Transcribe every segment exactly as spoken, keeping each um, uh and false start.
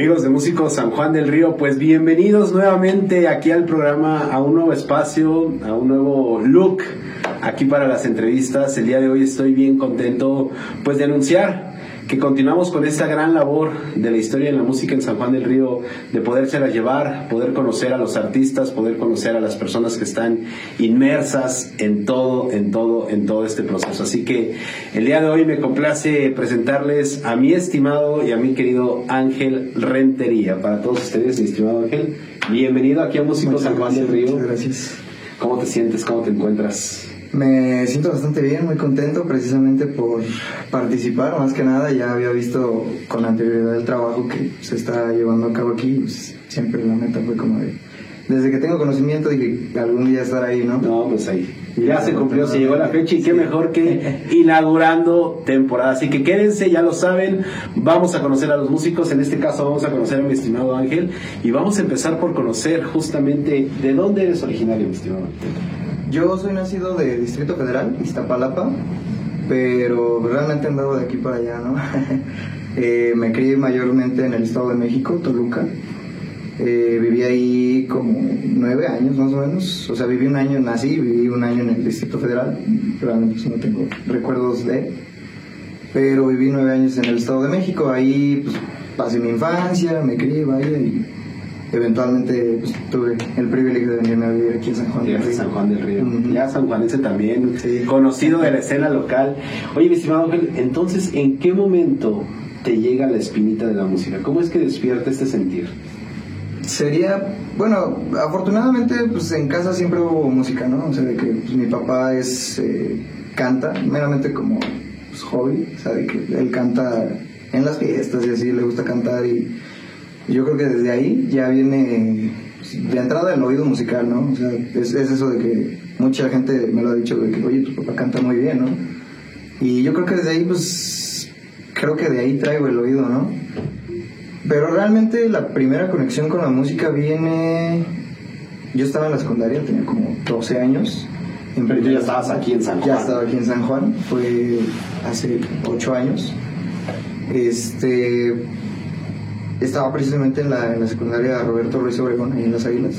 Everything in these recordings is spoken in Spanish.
Amigos de Músicos San Juan del Río, pues bienvenidos nuevamente aquí al programa, a un nuevo espacio, a un nuevo look aquí para las entrevistas. El día de hoy estoy bien contento pues de anunciar que continuamos con esta gran labor de la historia de la música en San Juan del Río, de podérsela llevar, poder conocer a los artistas, poder conocer a las personas que están inmersas en todo, en todo, en todo este proceso. Así que el día de hoy me complace presentarles a mi estimado y a mi querido Ángel Rentería. Para todos ustedes, mi estimado Ángel, bienvenido aquí a Músicos San Juan del Río. Muchas gracias. ¿Cómo te sientes? ¿Cómo te encuentras? Me siento bastante bien, muy contento precisamente por participar. Más que nada ya había visto con anterioridad el trabajo que se está llevando a cabo aquí. Pues siempre la meta fue como de, desde que tengo conocimiento dije algún día estar ahí, ¿no? No, pues ahí ya se cumplió, se llegó la fecha y qué mejor que inaugurando temporada. Así que quédense, ya lo saben, vamos a conocer a los músicos. En este caso vamos a conocer a mi estimado Ángel y vamos a empezar por conocer justamente de dónde eres originario, mi estimado Ángel. Yo soy nacido de Distrito Federal, Iztapalapa, pero realmente he andado de aquí para allá, ¿no? eh, me crié mayormente en el Estado de México, Toluca. Eh, viví ahí como nueve años más o menos. O sea, viví un año, nací, viví un año en el Distrito Federal. Realmente pues, no tengo recuerdos de... Pero viví nueve años en el Estado de México. Ahí pues, pasé mi infancia, me crié, vaya, y... eventualmente pues, tuve el privilegio de venirme a vivir aquí en San Juan del Río. San Juan del Río. Uh-huh. Ya sanjuanense también, sí. Conocido de la escena local. Oye, mi estimado Ángel, entonces, ¿en qué momento te llega la espinita de la música? ¿Cómo es que despierta este sentir? Sería, bueno, afortunadamente pues en casa siempre hubo música, ¿no? O sea, de que pues, mi papá es, eh, canta, meramente como pues, hobby, o sea, de que él canta en las fiestas y así, le gusta cantar y... Yo creo que desde ahí ya viene de entrada el oído musical, ¿no? O sea, es, es eso de que mucha gente me lo ha dicho, de que, oye, tu papá canta muy bien, ¿no? Y yo creo que desde ahí, pues, creo que de ahí traigo el oído, ¿no? Pero realmente la primera conexión con la música viene... Yo estaba en la secundaria, tenía como doce años. Pero tú ya estabas aquí en San Juan. Ya estaba aquí en San Juan, fue hace ocho años. Este... Estaba precisamente en la, en la secundaria Roberto Ruiz Obregón, ahí en Las Águilas.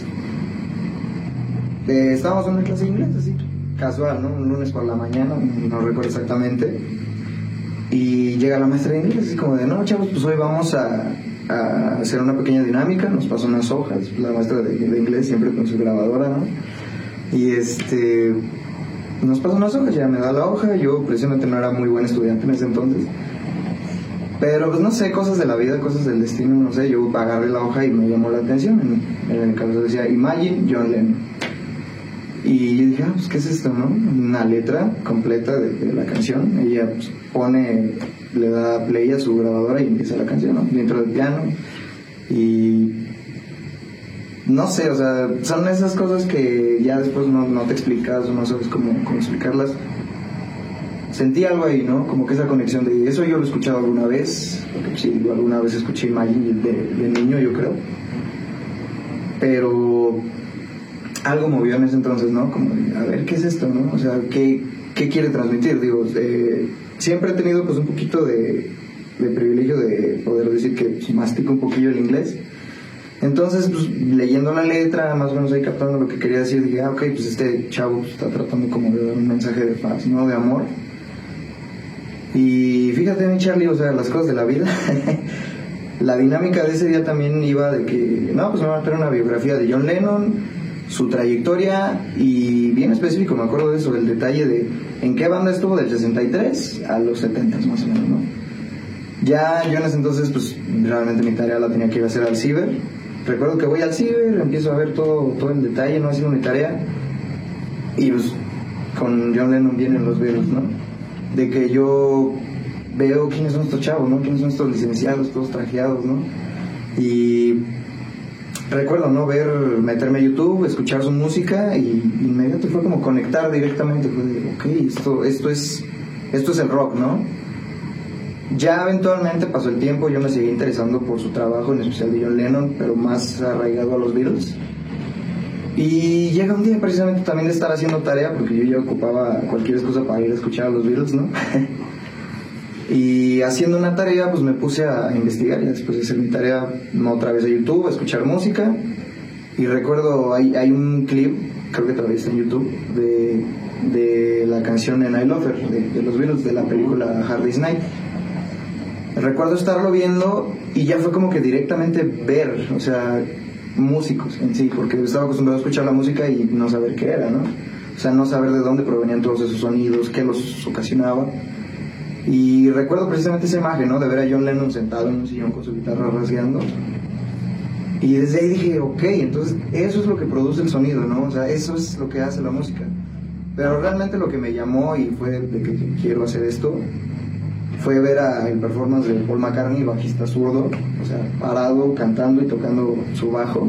Eh, estábamos en una clase de inglés, así, casual, ¿no? Un lunes por la mañana, no recuerdo exactamente. Y llega la maestra de inglés, así como de, no, chavos, pues hoy vamos a, a hacer una pequeña dinámica. Nos pasó unas hojas, la maestra de, de inglés siempre con su grabadora, ¿no? Y este... Nos pasó unas hojas, ya me da la hoja. Yo precisamente no era muy buen estudiante en ese entonces. Pero pues no sé, cosas de la vida, cosas del destino, no sé, yo agarré la hoja y me llamó la atención. En, en el caso decía Imagine John Lennon. Y yo dije, ah, pues qué es esto, ¿no? Una letra completa de, de la canción. Ella pues, pone, le da play a su grabadora y empieza la canción, ¿no? Dentro del piano. Y no sé, o sea, son esas cosas que ya después no, no te explicas o no sabes cómo, cómo explicarlas. Sentí algo ahí, ¿no? Como que esa conexión de... Eso yo lo he escuchado alguna vez. Porque sí, alguna vez escuché Imagine de, de niño, yo creo. Pero... algo movió en ese entonces, ¿no? Como de, a ver, ¿qué es esto, no? O sea, ¿qué, qué quiere transmitir? Digo, eh, siempre he tenido pues un poquito de, de privilegio de poder decir que pues, mastico un poquillo el inglés. Entonces, pues, leyendo la letra, más o menos ahí captando lo que quería decir, dije, ah, ok, pues este chavo pues, está tratando como de dar un mensaje de paz, ¿no? De amor. Y fíjate, mi Charlie, o sea, las cosas de la vida. La dinámica de ese día también iba de que, no, pues me van a traer una biografía de John Lennon, su trayectoria y bien específico, me acuerdo de eso, el detalle de en qué banda estuvo del sesenta y tres a los setenta más o menos, ¿no? Ya yo en ese entonces, pues realmente mi tarea la tenía que ir a hacer al ciber. Recuerdo que voy al ciber, empiezo a ver todo, todo el detalle, no haciendo mi tarea y pues con John Lennon vienen los Beatles, ¿no? De que yo veo quiénes son estos chavos, ¿no? Quiénes son estos licenciados, todos trajeados, ¿no? Y recuerdo, ¿no? Ver, meterme a YouTube, escuchar su música y inmediato fue como conectar directamente. Fue de, ok, esto, esto es, esto es el rock, ¿no? Ya eventualmente pasó el tiempo, yo me seguí interesando por su trabajo, en especial de John Lennon, pero más arraigado a los Beatles. Y llega un día precisamente también de estar haciendo tarea, porque yo ya ocupaba cualquier excusa para ir a escuchar a los Beatles, ¿no? Y haciendo una tarea, pues me puse a investigar, y después de hacer mi tarea, otra vez a YouTube, a escuchar música. Y recuerdo, hay, hay un clip, creo que todavía está en YouTube, de, de la canción En I Love Her, de, de los Beatles, de la película Hard Day's Night. Recuerdo estarlo viendo y ya fue como que directamente ver, o sea, músicos en sí, porque estaba acostumbrado a escuchar la música y no saber qué era, ¿no? O sea, no saber de dónde provenían todos esos sonidos, qué los ocasionaba. Y recuerdo precisamente esa imagen, ¿no? De ver a John Lennon sentado en un sillón con su guitarra rasgueando. Y desde ahí dije, ok, entonces eso es lo que produce el sonido, ¿no? O sea, eso es lo que hace la música. Pero realmente lo que me llamó y fue de que quiero hacer esto fue ver a el performance de Paul McCartney, bajista zurdo, o sea, parado, cantando y tocando su bajo.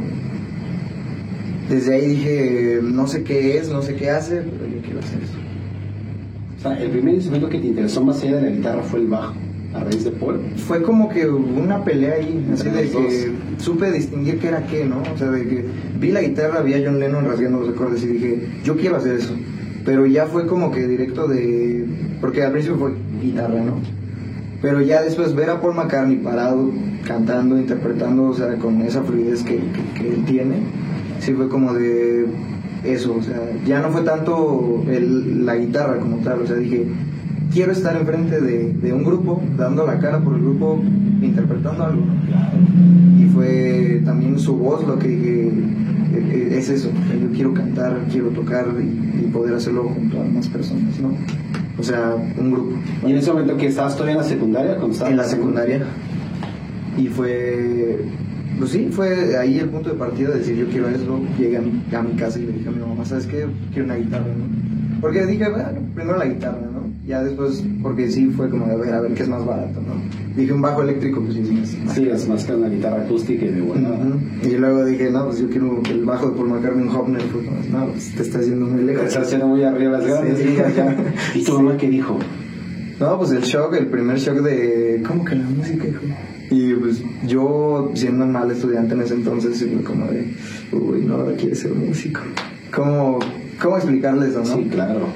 Desde ahí dije, no sé qué es, no sé qué hace, pero yo quiero hacer esto. O sea, el primer instrumento que te interesó más allá de la guitarra fue el bajo, a raíz de Paul. Fue como que una pelea ahí, así Entre de los que dos. supe distinguir qué era qué, ¿no? O sea, de que vi la guitarra, vi a John Lennon rasgando los acordes y dije, yo quiero hacer eso. Pero ya fue como que directo de... Porque al principio fue guitarra, ¿no? Pero ya después ver a Paul McCartney parado, cantando, interpretando, o sea, con esa fluidez que, que, que él tiene, sí fue como de eso, o sea, ya no fue tanto el, la guitarra como tal, o sea, dije, quiero estar enfrente de, de un grupo, dando la cara por el grupo, interpretando algo, ¿no? Y fue también su voz lo que dije, es eso, yo quiero cantar, quiero tocar y, y poder hacerlo junto a más personas, ¿no? O sea, un grupo. ¿Y en ese momento que estabas todavía en la secundaria? Cuando estabas En la secundaria. Y fue... Pues sí, fue ahí el punto de partida de decir yo quiero eso. Llegué a mi, a mi casa y le dije a mi mamá, ¿sabes qué? Quiero una guitarra, ¿no? Porque dije, bueno, primero la guitarra, ¿no? Ya después, porque sí fue como de a ver, a ver qué es más barato, ¿no? Dije un bajo eléctrico, pues sí, sí, es más, sí, es más que una guitarra acústica y de buena. Uh-huh. Y luego dije, no, pues yo quiero el bajo de Paul McCartney, un Hofner. Pues no, pues te está haciendo muy lejos. Te está haciendo muy arriba las grandes. Sí, ya. ¿Y tu mamá qué dijo? No, pues el shock, el primer shock de... ¿Cómo que la música, hijo? Y pues yo, siendo un mal estudiante en ese entonces, fue como de... Uy, no, ahora quiere ser músico. ¿Cómo, cómo explicarle eso, no? Sí, claro.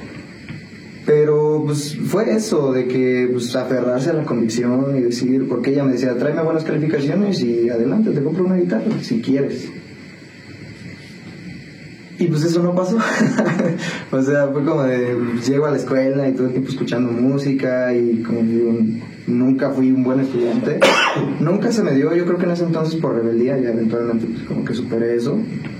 Pero pues fue eso, de que pues aferrarse a la convicción y decir... Porque ella me decía, tráeme buenas calificaciones y adelante, te compro una guitarra, si quieres. Y pues eso no pasó. O sea, fue como de, llego a la escuela y todo el tiempo escuchando música y como digo, nunca fui un buen estudiante. Nunca se me dio, yo creo que en ese entonces por rebeldía, ya eventualmente pues como que superé eso.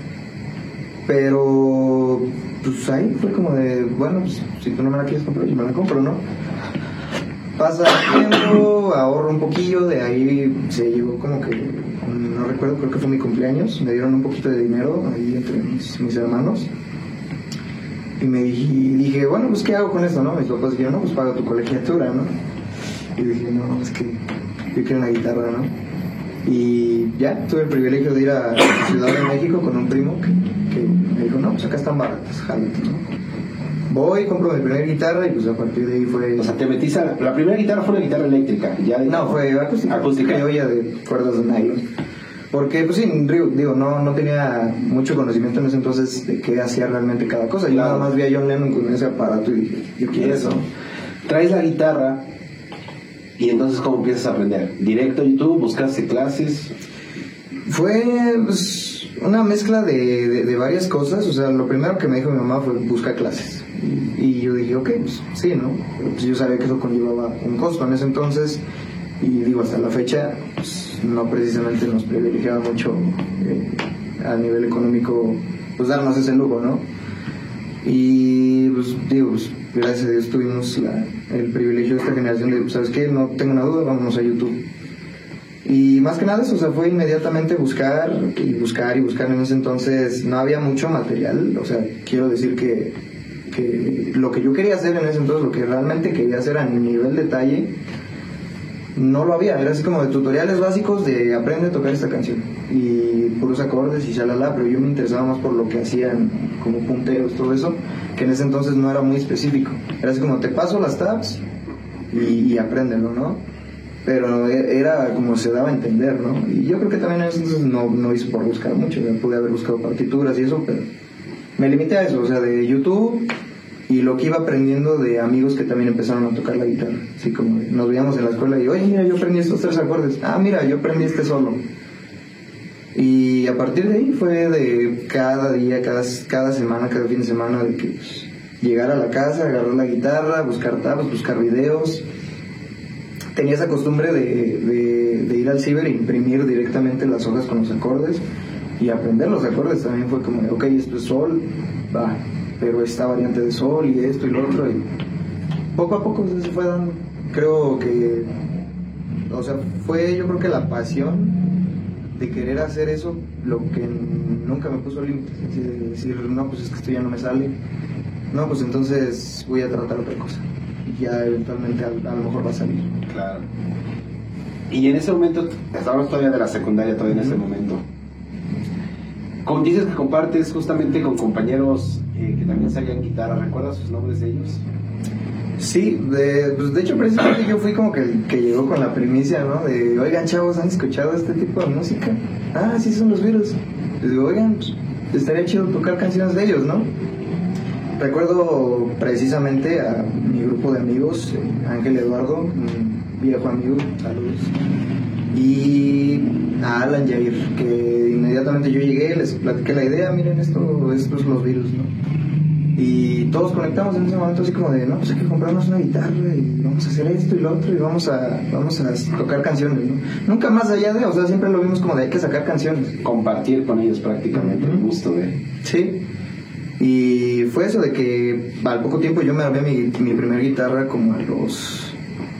Pero pues ahí fue como de, bueno, pues si tú no me la quieres comprar, yo me la compro, ¿no? Pasa el tiempo, ahorro un poquillo, de ahí se llegó como que, no recuerdo, creo que fue mi cumpleaños, me dieron un poquito de dinero ahí entre mis, mis hermanos. Y me dije, dije, bueno, pues ¿qué hago con esto, no? Mis papás dijeron, no, pues paga tu colegiatura, ¿no? Y dije, no, es que yo quiero una guitarra, ¿no? Y ya, tuve el privilegio de ir a Ciudad de México con un primo que, que me dijo, no, pues acá están baratas, jálate, ¿no? Voy, compro mi primera guitarra y pues a partir de ahí fue... O sea, te metiste a la, la primera guitarra fue una guitarra eléctrica. Ya, no, fue acústica. Acústica. Criolla de cuerdas de nylon. Porque, pues sí, digo, no, no tenía mucho conocimiento en ese entonces de qué hacía realmente cada cosa. Yo claro. Nada más vi a John Lennon con ese aparato y dije, yo quiero eso. Traes la guitarra y entonces ¿cómo empiezas a aprender? ¿Directo a YouTube? ¿Buscaste clases? Fue, pues, una mezcla de, de, de varias cosas. O sea, lo primero que me dijo mi mamá fue busca clases. Y yo dije, ok, pues sí, ¿no? Pero pues yo sabía que eso conllevaba un costo en ese entonces. Y digo, hasta la fecha, pues no precisamente nos privilegiaba mucho eh, a nivel económico, pues darnos ese lujo, ¿no? Y pues digo, pues gracias a Dios tuvimos la, el privilegio de esta generación de, ¿sabes qué? No tengo una duda, vámonos a YouTube. Y más que nada eso, o sea, fue inmediatamente buscar y buscar y buscar. En ese entonces no había mucho material, o sea, quiero decir que que lo que yo quería hacer en ese entonces, lo que realmente quería hacer a nivel detalle, no lo había. Era así como de tutoriales básicos de aprende a tocar esta canción y puros acordes y shalala, pero yo me interesaba más por lo que hacían como punteos, todo eso, que en ese entonces no era muy específico. Era así como te paso las tabs y, y apréndelo, ¿no? Pero era como se daba a entender, ¿no? Y yo creo que también en ese entonces no, no hice por buscar mucho, ya pude haber buscado partituras y eso, pero me limité a eso, o sea, de YouTube y lo que iba aprendiendo de amigos que también empezaron a tocar la guitarra. Así como nos veíamos en la escuela y, oye, mira, yo aprendí estos tres acordes. Ah, mira, yo aprendí este solo. Y a partir de ahí fue de cada día, cada, cada semana, cada fin de semana, de que pues, llegar a la casa, agarrar la guitarra, buscar tablas, buscar videos. Tenía esa costumbre de, de, de ir al ciber e imprimir directamente las hojas con los acordes y aprender los acordes. También fue como, ok, esto es sol, va, pero esta variante de sol y esto y lo otro, y poco a poco se fue dando. Creo que, o sea, fue yo creo que la pasión de querer hacer eso lo que nunca me puso límites, de decir, no, pues es que esto ya no me sale, no, pues entonces voy a tratar otra cosa y ya eventualmente a, a lo mejor va a salir. Claro. Y en ese momento, estábamos todavía de la secundaria, todavía en ese momento, como dices que compartes justamente con compañeros eh, que también sabían guitarra, ¿recuerdas sus nombres de ellos? Sí, de, pues de hecho precisamente yo fui como que el que llegó con la primicia, ¿no? De, oigan chavos, ¿han escuchado este tipo de música? Ah, sí, son los Beatles. Les digo, oigan, pues, estaría chido tocar canciones de ellos, ¿no? Recuerdo precisamente a mi grupo de amigos, Ángel Eduardo, un viejo amigo, saludos, y a Alan Jair, que inmediatamente yo llegué, les platiqué la idea, miren esto, estos son los Beatles, ¿no? Y todos conectamos en ese momento así como de, no, pues hay que comprarnos una guitarra y vamos a hacer esto y lo otro y vamos a, vamos a tocar canciones, ¿no? Nunca más allá de, o sea, siempre lo vimos como de hay que sacar canciones. Compartir con ellos prácticamente, el gusto de... Sí, y fue eso de que al poco tiempo yo me armé mi, mi primer guitarra como a los...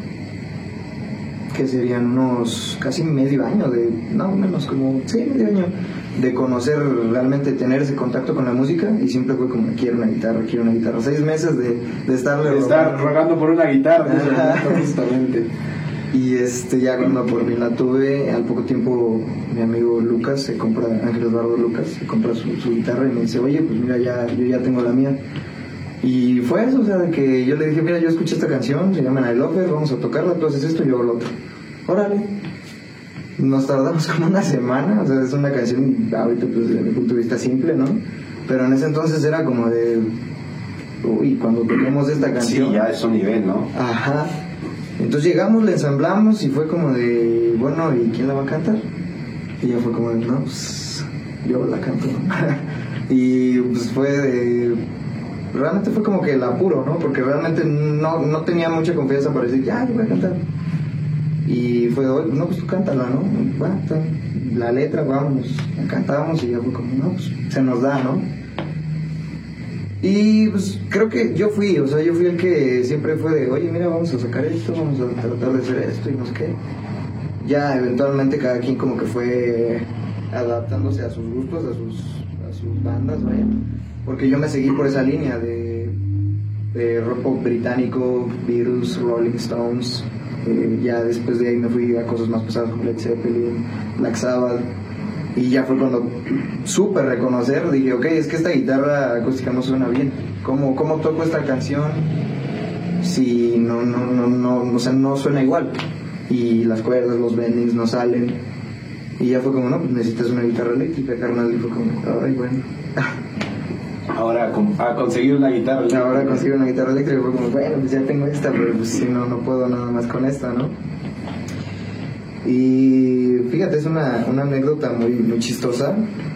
que serían unos casi medio año de, no, menos como, sí, medio año de conocer realmente, tener ese contacto con la música, y siempre fue como, quiero una guitarra, quiero una guitarra, seis meses de, de estarle de estar rogando por una guitarra, justamente. Y este, ya cuando por fin la tuve, al poco tiempo mi amigo Lucas se compra, Ángel Eduardo Lucas, se compra su, su guitarra y me dice, oye, pues mira, ya, yo ya tengo la mía. Y fue eso, o sea, de que yo le dije, mira, yo escuché esta canción, se llama I Love It, vamos a tocarla, tú haces esto y yo hago lo otro. Órale. Nos tardamos como una semana, o sea, es una canción, ahorita pues desde mi punto de vista simple, ¿no? Pero en ese entonces era como de, uy, cuando toquemos esta canción... Sí, ya es un nivel, ¿no? Ajá. Entonces llegamos, la ensamblamos y fue como de, bueno, ¿y quién la va a cantar? Y ya fue como de, no, pues yo la canto, ¿no? Y pues fue de... Realmente fue como que el apuro, ¿no? Porque realmente no, no tenía mucha confianza para decir, ya, yo voy a cantar. Y fue de, no, pues tú cántala, ¿no? Bueno, la letra, vámonos, la cantamos y ya fue como, no, pues se nos da, ¿no? Y pues creo que yo fui, o sea, yo fui el que siempre fue de, oye, mira, vamos a sacar esto, vamos a tratar de hacer esto y no sé qué. Ya eventualmente cada quien como que fue adaptándose a sus gustos, a sus, a sus bandas, vaya. Porque yo me seguí por esa línea de, de rock pop británico, Beatles, Rolling Stones. Eh, ya después de ahí me fui a cosas más pesadas como Led Zeppelin, Black Sabbath. Y ya fue cuando supe reconocer, dije, ok, es que esta guitarra acústica no suena bien. ¿Cómo, cómo toco esta canción si no, no, no, no, o sea, no suena igual? Y las cuerdas, los bendings no salen. Y ya fue como, no, pues necesitas una guitarra eléctrica, carnal. Y fue como, ay, bueno. Ahora a conseguir una guitarra eléctrica. Ahora conseguir una guitarra eléctrica fue como, bueno, pues ya tengo esta, pero pues si no, no puedo nada más con esta, ¿no? Y fíjate, es una, una anécdota muy, muy chistosa.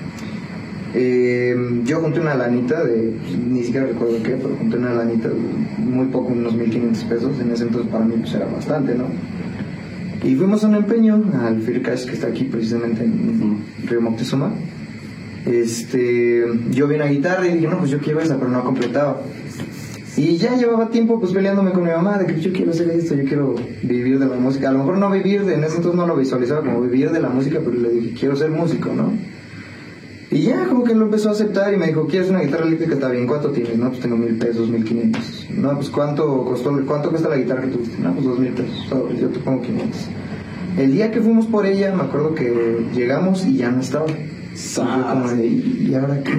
Eh, yo junté una lanita de, ni siquiera recuerdo qué, pero junté una lanita, muy poco, unos mil quinientos pesos. En ese entonces para mí pues era bastante, ¿no? Y fuimos a un empeño, al Fircash, que está aquí precisamente en Río Moctezuma. Este, yo vi una guitarra y dije, no, pues yo quiero esa, pero no completaba. Y ya llevaba tiempo pues peleándome con mi mamá de que yo quiero hacer esto, yo quiero vivir de la música. A lo mejor no vivir, de, en ese entonces no lo visualizaba como vivir de la música, pero le dije, quiero ser músico, ¿no? Y ya como que lo empezó a aceptar y me dijo, ¿quieres una guitarra eléctrica? Está bien, ¿cuánto tienes? No, pues tengo mil pesos, mil quinientos. No, pues ¿cuánto costó, cuánto cuesta la guitarra que tuviste? No, pues dos mil pesos, pues yo te pongo quinientos. El día que fuimos por ella, me acuerdo que llegamos y ya no estaba. Y fue como de, ¿y ahora qué?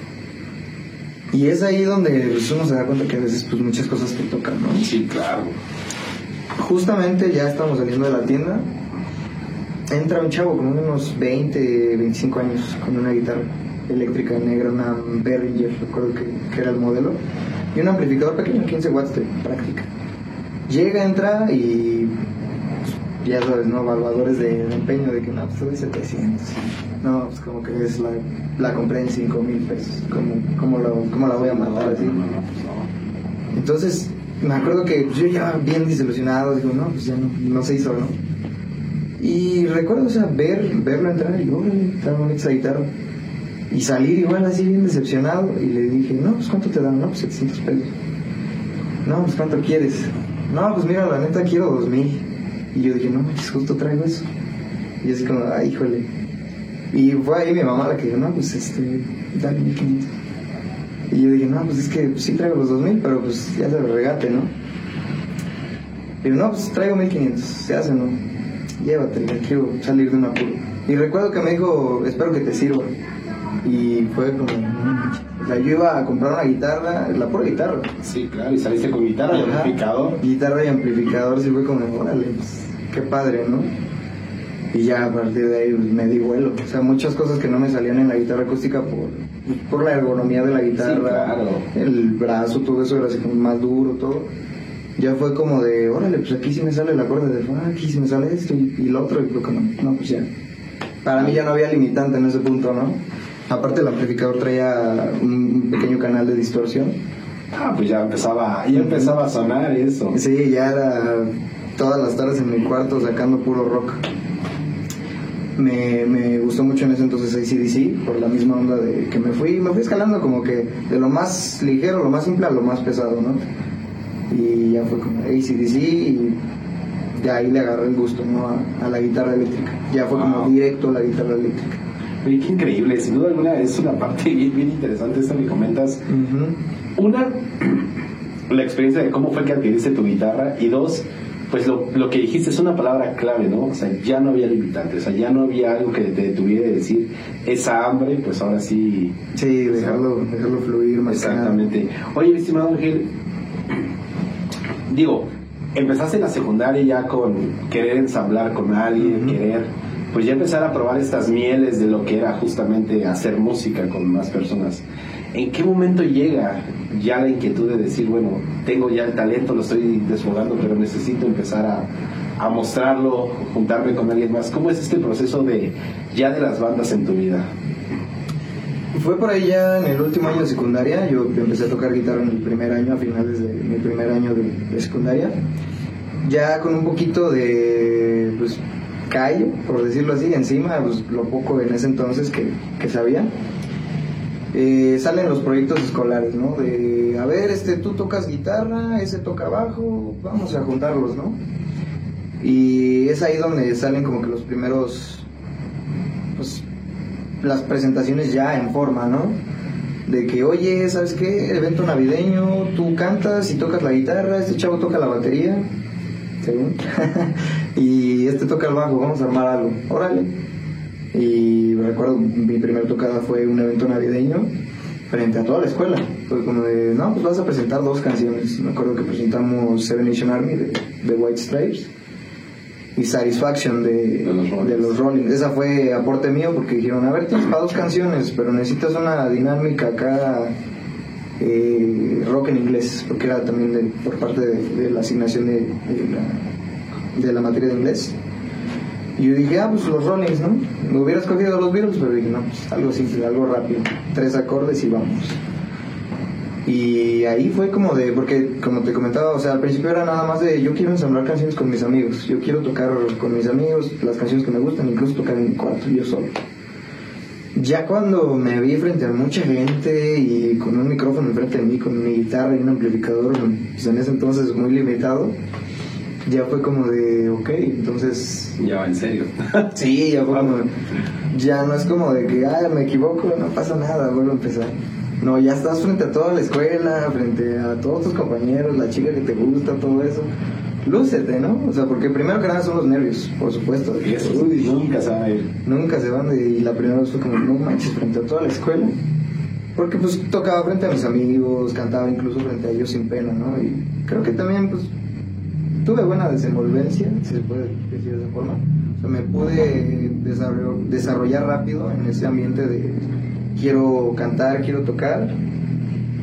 Y es ahí donde pues, uno se da cuenta que a veces pues muchas cosas te tocan, ¿no? Sí, claro. Justamente ya estamos saliendo de la tienda, entra un chavo con unos veinte, veinticinco años con una guitarra eléctrica negra, una Behringer, recuerdo que, que era el modelo. y un amplificador pequeño, quince watts de práctica. Llega, entra y pues, ya sabes, ¿no? Evaluadores de, de empeño de que no, pues te doy setecientos. No, pues como que es la, la compré en cinco mil pesos. ¿Cómo, cómo, lo, ¿Cómo la voy a matar así? Entonces, me acuerdo que yo ya bien desilusionado, digo, no, pues ya no, no se hizo, ¿no? Y recuerdo, o sea, ver, verlo entrar y, órale, está bonita esa guitarra. Y salir igual así bien decepcionado. Y le dije, no, pues ¿cuánto te dan? No, pues setecientos pesos. No, pues ¿cuánto quieres? No, pues mira, la neta quiero dos mil. Y yo dije, no, pues justo traigo eso. Y así como, ay, híjole. Y fue ahí mi mamá la que dijo, no, pues este, dale mil quinientos. Y yo dije, no, pues es que pues, sí traigo los dos mil, pero pues ya se lo regate, ¿no? Y yo, no, pues traigo mil quinientos, se hace, ¿no? Llévatela, quiero salir de un apuro. Y recuerdo que me dijo, espero que te sirva. Y fue como, o sea, yo iba a comprar una guitarra, la pura guitarra. Sí, claro, y saliste con guitarra y amplificador. Guitarra y amplificador, sí fue como, órale, pues, qué padre, ¿no? Y ya a partir de ahí me di vuelo. O sea, muchas cosas que no me salían en la guitarra acústica por, por la ergonomía de la guitarra, sí, claro. El brazo, todo eso era así como más duro, todo. Ya fue como de, órale, pues aquí sí me sale el acorde de fa, aquí sí me sale esto y, y lo otro, y creo que no, no, pues ya. Para mí ya no había limitante en ese punto, ¿no? Aparte el amplificador traía un pequeño canal de distorsión. Ah, pues ya empezaba, ya empezaba a sonar eso. Sí, ya era todas las tardes en mi cuarto sacando puro rock. Me, me gustó mucho en ese entonces A C D C, por la misma onda de que me fui, me fui escalando como que de lo más ligero, lo más simple a lo más pesado, ¿no? Y ya fue como A C D C y ya ahí le agarré el gusto, ¿no? A, a la guitarra eléctrica. Ya fue como wow. Directo a la guitarra eléctrica. Oye, qué increíble, sin duda alguna es una parte bien, bien interesante esta que comentas. Uh-huh. Una, la experiencia de cómo fue que adquiriste tu guitarra, y dos, pues lo, lo que dijiste es una palabra clave, ¿no? O sea, ya no había limitante, o sea, ya no había algo que te detuviera de decir esa hambre, pues ahora sí. Sí, dejarlo, sea, dejarlo fluir más. Exactamente. Oye, mi estimado Ángel, digo, empezaste en la secundaria ya con querer ensamblar con alguien, uh-huh. querer, pues ya empezar a probar estas mieles de lo que era justamente hacer música con más personas. ¿En qué momento llega ya la inquietud de decir, bueno, tengo ya el talento, lo estoy desbordando, pero necesito empezar a, a mostrarlo, juntarme con alguien más? ¿Cómo es este proceso de ya de las bandas en tu vida? Fue por ahí ya en el último año de secundaria. Yo empecé a tocar guitarra en el primer año, a finales de mi primer año de, de secundaria, ya con un poquito de, pues, callo, por decirlo así, encima, pues lo poco en ese entonces que, que sabía. Eh, salen los proyectos escolares, ¿no? De, a ver, este, tú tocas guitarra, ese toca bajo, vamos a juntarlos, ¿no? Y es ahí donde salen como que los primeros, pues, las presentaciones ya en forma, ¿no? De que, oye, ¿sabes qué? Evento navideño, tú cantas y tocas la guitarra, este chavo toca la batería, según, y este toca el bajo, vamos a armar algo, órale. Y recuerdo, mi primera tocada fue un evento navideño frente a toda la escuela. Fue como de, no, pues vas a presentar dos canciones. Me acuerdo que presentamos Seven Nation Army de, de White Stripes y Satisfaction de, de, los de los Rollins. Esa fue aporte mío porque dijeron, a ver, tienes para dos canciones, pero necesitas una dinámica acá, eh, rock en inglés, porque era también de, por parte de, de la asignación de, de, la, de la materia de inglés. Y yo dije, ah, pues los Rollins, ¿no? Me hubiera escogido los Beatles, pero dije, no, pues algo simple, algo rápido. Tres acordes y vamos. Y ahí fue como de, porque como te comentaba, o sea, al principio era nada más de, yo quiero ensamblar canciones con mis amigos. Yo quiero tocar con mis amigos las canciones que me gustan, incluso tocar en mi cuarto, yo solo. Ya cuando me vi frente a mucha gente y con un micrófono enfrente de mí, con mi guitarra y un amplificador, pues en ese entonces muy limitado, ya fue como de, ok, entonces... Ya va en serio. Sí, ya fue como... Ya no es como de que, ah, me equivoco, no pasa nada, vuelvo a empezar. No, ya estás frente a toda la escuela, frente a todos tus compañeros, la chica que te gusta, todo eso. Lúcete, ¿no? O sea, porque primero que nada son los nervios, por supuesto. Y eso, uy, nunca se van a ir. Nunca se van de... Y la primera vez fue como, no manches, frente a toda la escuela. Porque pues tocaba frente a mis amigos, cantaba incluso frente a ellos sin pena, ¿no? Y creo que también, pues... tuve buena desenvolvencia, si se puede decir de esa forma. O sea, me pude desarrollar, desarrollar rápido en ese ambiente de quiero cantar, quiero tocar,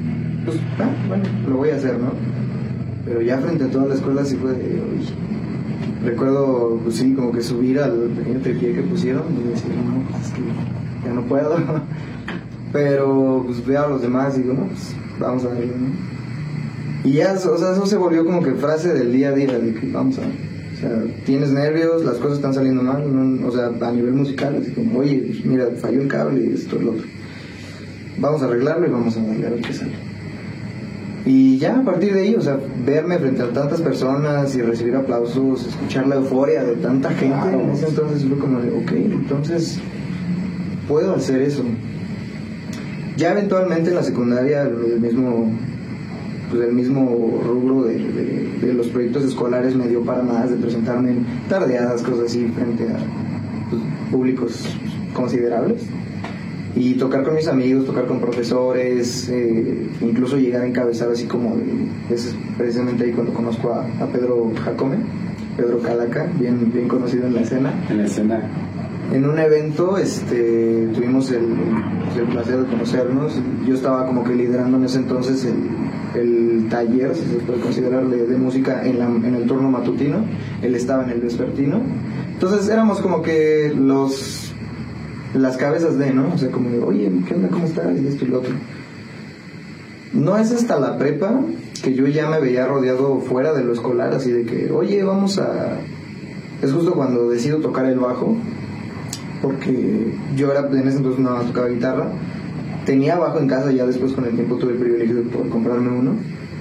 pues, ah, bueno, lo voy a hacer, ¿no? Pero ya frente a toda la escuela sí fue de, uy. Recuerdo, pues sí, como que subir al pequeño tripié que pusieron y decir, no, pues es que ya no puedo. Pero pues veo a los demás y digo, no, pues vamos a verlo, ¿no? Y ya, o sea, eso se volvió como que frase del día a día, de que vamos a ver. O sea, tienes nervios, las cosas están saliendo mal, ¿no? O sea, a nivel musical, así como, oye, pues mira, falló el cable y esto y lo otro. Vamos a arreglarlo y vamos a darle a ver qué sale. Y ya a partir de ahí, o sea, verme frente a tantas personas y recibir aplausos, escuchar la euforia de tanta gente, claro. En ese entonces fue como de, ok, entonces puedo hacer eso. Ya eventualmente en la secundaria, el mismo, pues el mismo rubro de, de, de los proyectos escolares me dio para más de presentarme en tardeadas, cosas así, frente a pues, públicos considerables. Y tocar con mis amigos, tocar con profesores, eh, incluso llegar a encabezar así como, de, es precisamente ahí cuando conozco a, a Pedro Jacome, Pedro Calaca, bien, bien conocido en la escena. En la escena. En un evento este, tuvimos el, el placer de conocernos. Yo estaba como que liderando en ese entonces el, el taller, si se puede considerarle, de música en, la, en el turno matutino. Él estaba en el vespertino. Entonces éramos como que los... las cabezas de, ¿no? O sea, como de, oye, ¿qué onda? ¿Cómo estás? Y esto y lo otro. No es hasta la prepa que yo ya me veía rodeado fuera de lo escolar, así de que, oye, vamos a... Es justo cuando decido tocar el bajo, porque yo era, en ese entonces nada más tocaba guitarra. Tenía bajo en casa, ya después con el tiempo tuve el privilegio de poder comprarme uno.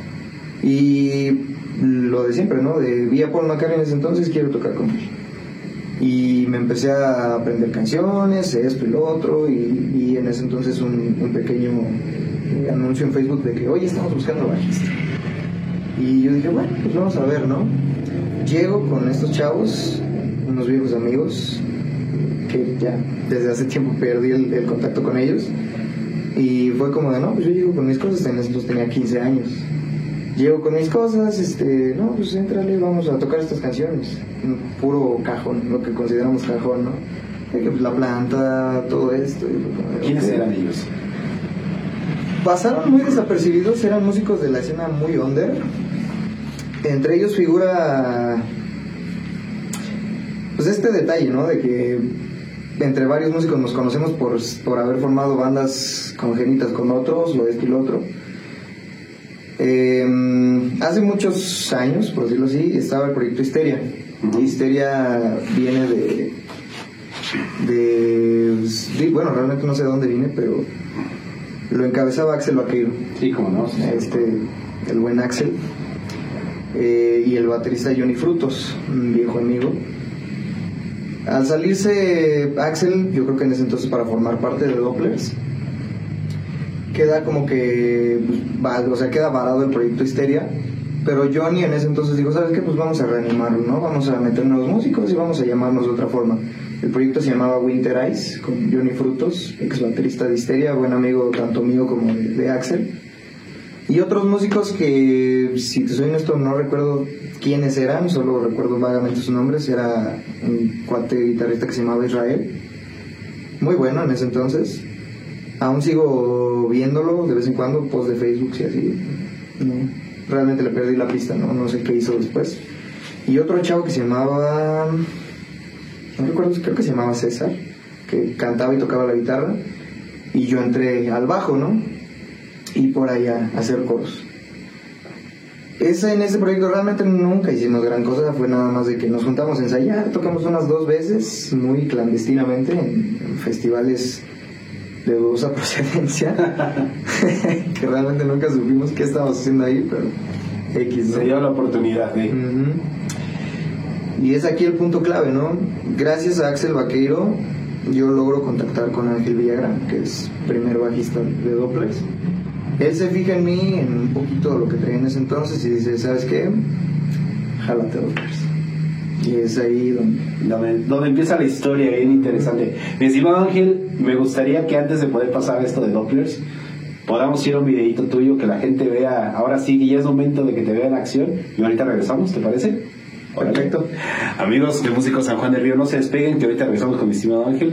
Y lo de siempre, ¿no? De vi a Paul McCartney en ese entonces, quiero tocar con él. Y me empecé a aprender canciones, esto y lo otro, y, y en ese entonces un, un pequeño anuncio en Facebook de que, oye, estamos buscando bajista. Y yo dije, bueno, pues vamos a ver, ¿no? Llego con estos chavos, unos viejos amigos, que ya desde hace tiempo perdí el, el contacto con ellos, y fue como de, no, pues yo llego con mis cosas, en ese entonces tenía quince años. Llego con mis cosas, este, no, pues éntrale, vamos a tocar estas canciones. Un puro cajón, lo que consideramos cajón, ¿no? De que pues, la planta, todo esto. Y, ¿quiénes okay. eran ellos? Pasaron muy desapercibidos, eran músicos de la escena muy under. Entre ellos figura, pues este detalle, ¿no? De que entre varios músicos nos conocemos por, por haber formado bandas congénitas con otros, lo esto y lo otro. Eh, hace muchos años, por decirlo así, estaba el proyecto Histeria. Uh-huh. Histeria viene de, de, de, bueno, realmente no sé de dónde viene, pero lo encabezaba Axel Vaqueiro. Sí, cómo no. Sí, este, el buen Axel. Eh, y el baterista Johnny Frutos, un viejo amigo. Al salirse Axel, yo creo que en ese entonces para formar parte de Dopplers, queda como que, pues, o sea, queda varado el proyecto Histeria, pero Johnny en ese entonces dijo, ¿sabes qué? Pues vamos a reanimarlo, ¿no? Vamos a meter nuevos músicos y vamos a llamarnos de otra forma. El proyecto se llamaba Winter Ice, con Johnny Frutos, ex baterista de Histeria, buen amigo tanto mío como de, de Axel. Y otros músicos que, si te soy honesto, no recuerdo quiénes eran, solo recuerdo vagamente sus nombres. Era un cuate guitarrista que se llamaba Israel, muy bueno en ese entonces. Aún sigo viéndolo de vez en cuando, post de Facebook y así. No, realmente le perdí la pista, no, no sé qué hizo después. Y otro chavo que se llamaba, no recuerdo, creo que se llamaba César, que cantaba y tocaba la guitarra. Y yo entré al bajo, ¿no? Y por allá a hacer coros. Ese, en ese proyecto realmente nunca hicimos gran cosa, fue nada más de que nos juntamos a ensayar, tocamos unas dos veces, muy clandestinamente, en, en festivales de dudosa procedencia, que realmente nunca supimos qué estábamos haciendo ahí, pero X, ¿no? Se dio la oportunidad, ¿eh? Uh-huh. Y es aquí el punto clave, ¿no? Gracias a Axel Vaqueiro, yo logro contactar con Ángel Villagrán, que es primer bajista de Dopplers. Él se fija en mí, en un poquito de lo que traía en ese entonces, y dice, ¿sabes qué? Jálate Dopplers. Y es ahí donde... donde... donde empieza la historia, bien interesante. Mi estimado Ángel, me gustaría que antes de poder pasar esto de Dopplers, podamos ir a un videito tuyo, que la gente vea, ahora sí, y ya es momento de que te vea en acción, y ahorita regresamos, ¿te parece? Perfecto. Amigos de Músicos San Juan del Río, no se despeguen, que ahorita regresamos con mi estimado Ángel.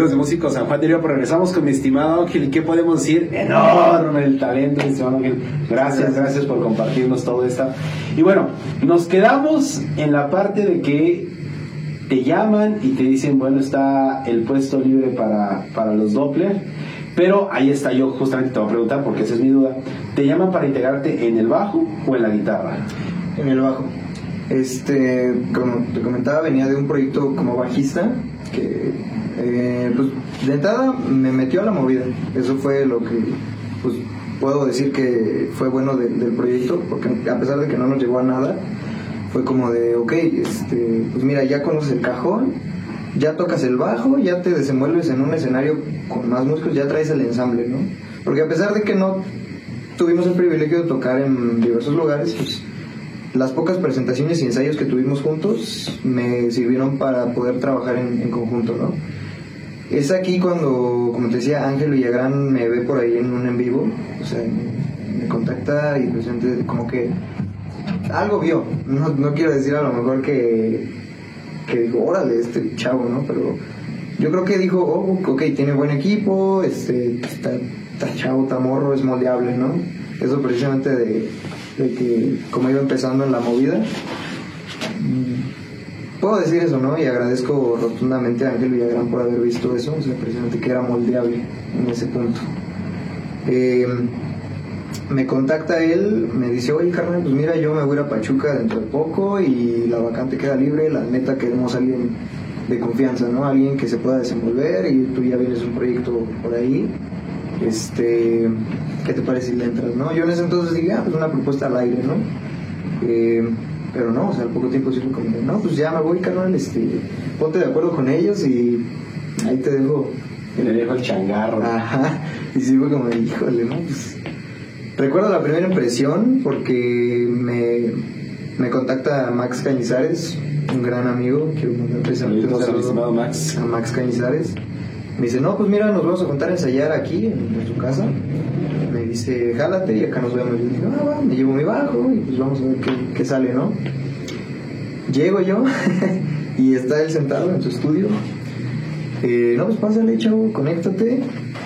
amigos de Músicos San Juan del Río, pero regresamos con mi estimado Ángel. ¿Y qué podemos decir? Enorme el talento, mi estimado Ángel. Gracias, gracias por compartirnos todo esto. Y bueno, nos quedamos en la parte de que te llaman y te dicen, bueno, está el puesto libre para, para los Doppler, pero ahí está, yo justamente te voy a preguntar, porque esa es mi duda. ¿Te llaman para integrarte en el bajo o en la guitarra? En el bajo. Este, como te comentaba, venía de un proyecto como bajista que, eh, pues, de entrada me metió a la movida. Eso fue lo que, pues, puedo decir que fue bueno de, del proyecto, porque a pesar de que no nos llegó a nada, fue como de, ok, este, pues mira, ya conoces el cajón, ya tocas el bajo, ya te desenvuelves en un escenario con más músicos, ya traes el ensamble, ¿no? Porque a pesar de que no tuvimos el privilegio de tocar en diversos lugares, pues las pocas presentaciones y ensayos que tuvimos juntos me sirvieron para poder trabajar en, en conjunto, ¿no? Es aquí cuando, como te decía, Ángel Villagrán me ve por ahí en un en vivo, o sea, me contacta y pues como que algo vio, no, no quiero decir a lo mejor que, que dijo, órale, este chavo, ¿no? Pero yo creo que dijo, oh, ok, tiene buen equipo, este, está, está chavo, está morro, es moldeable, ¿no? Eso precisamente de, de que como iba empezando en la movida, puedo decir eso, ¿no? Y agradezco rotundamente a Ángel Villagrán por haber visto eso, o sea, precisamente que era moldeable en ese punto. Eh, me contacta él, me dice, oye carnal, pues mira, yo me voy a ir a Pachuca dentro de poco y la vacante queda libre, la neta queremos a alguien de confianza, ¿no? Alguien que se pueda desenvolver y tú ya vienes un proyecto por ahí, este, ¿qué te parece si le entras, no? Yo en ese entonces dije, ah, pues una propuesta al aire, ¿no? Eh, pero no, o sea, al poco tiempo sí fue como, no, pues ya me voy, carnal, este, ponte de acuerdo con ellos y ahí te dejo. Y le dejo el changarro. Ajá, y sí fue como, híjole, ¿no? Pues, recuerdo la primera impresión porque me, me contacta Max Cañizares, un gran amigo, quiero mandar precisamente un saludo Max. a Max Cañizares. Me dice, no, pues mira, nos vamos a juntar a ensayar aquí en, en su casa. Me dice, jálate y acá nos vemos. Yo dije, ah, va, me llevo mi bajo y pues vamos a ver qué, qué sale, ¿no? Llego yo y está él sentado en su estudio. Eh, no, pues pásale, chavo, conéctate.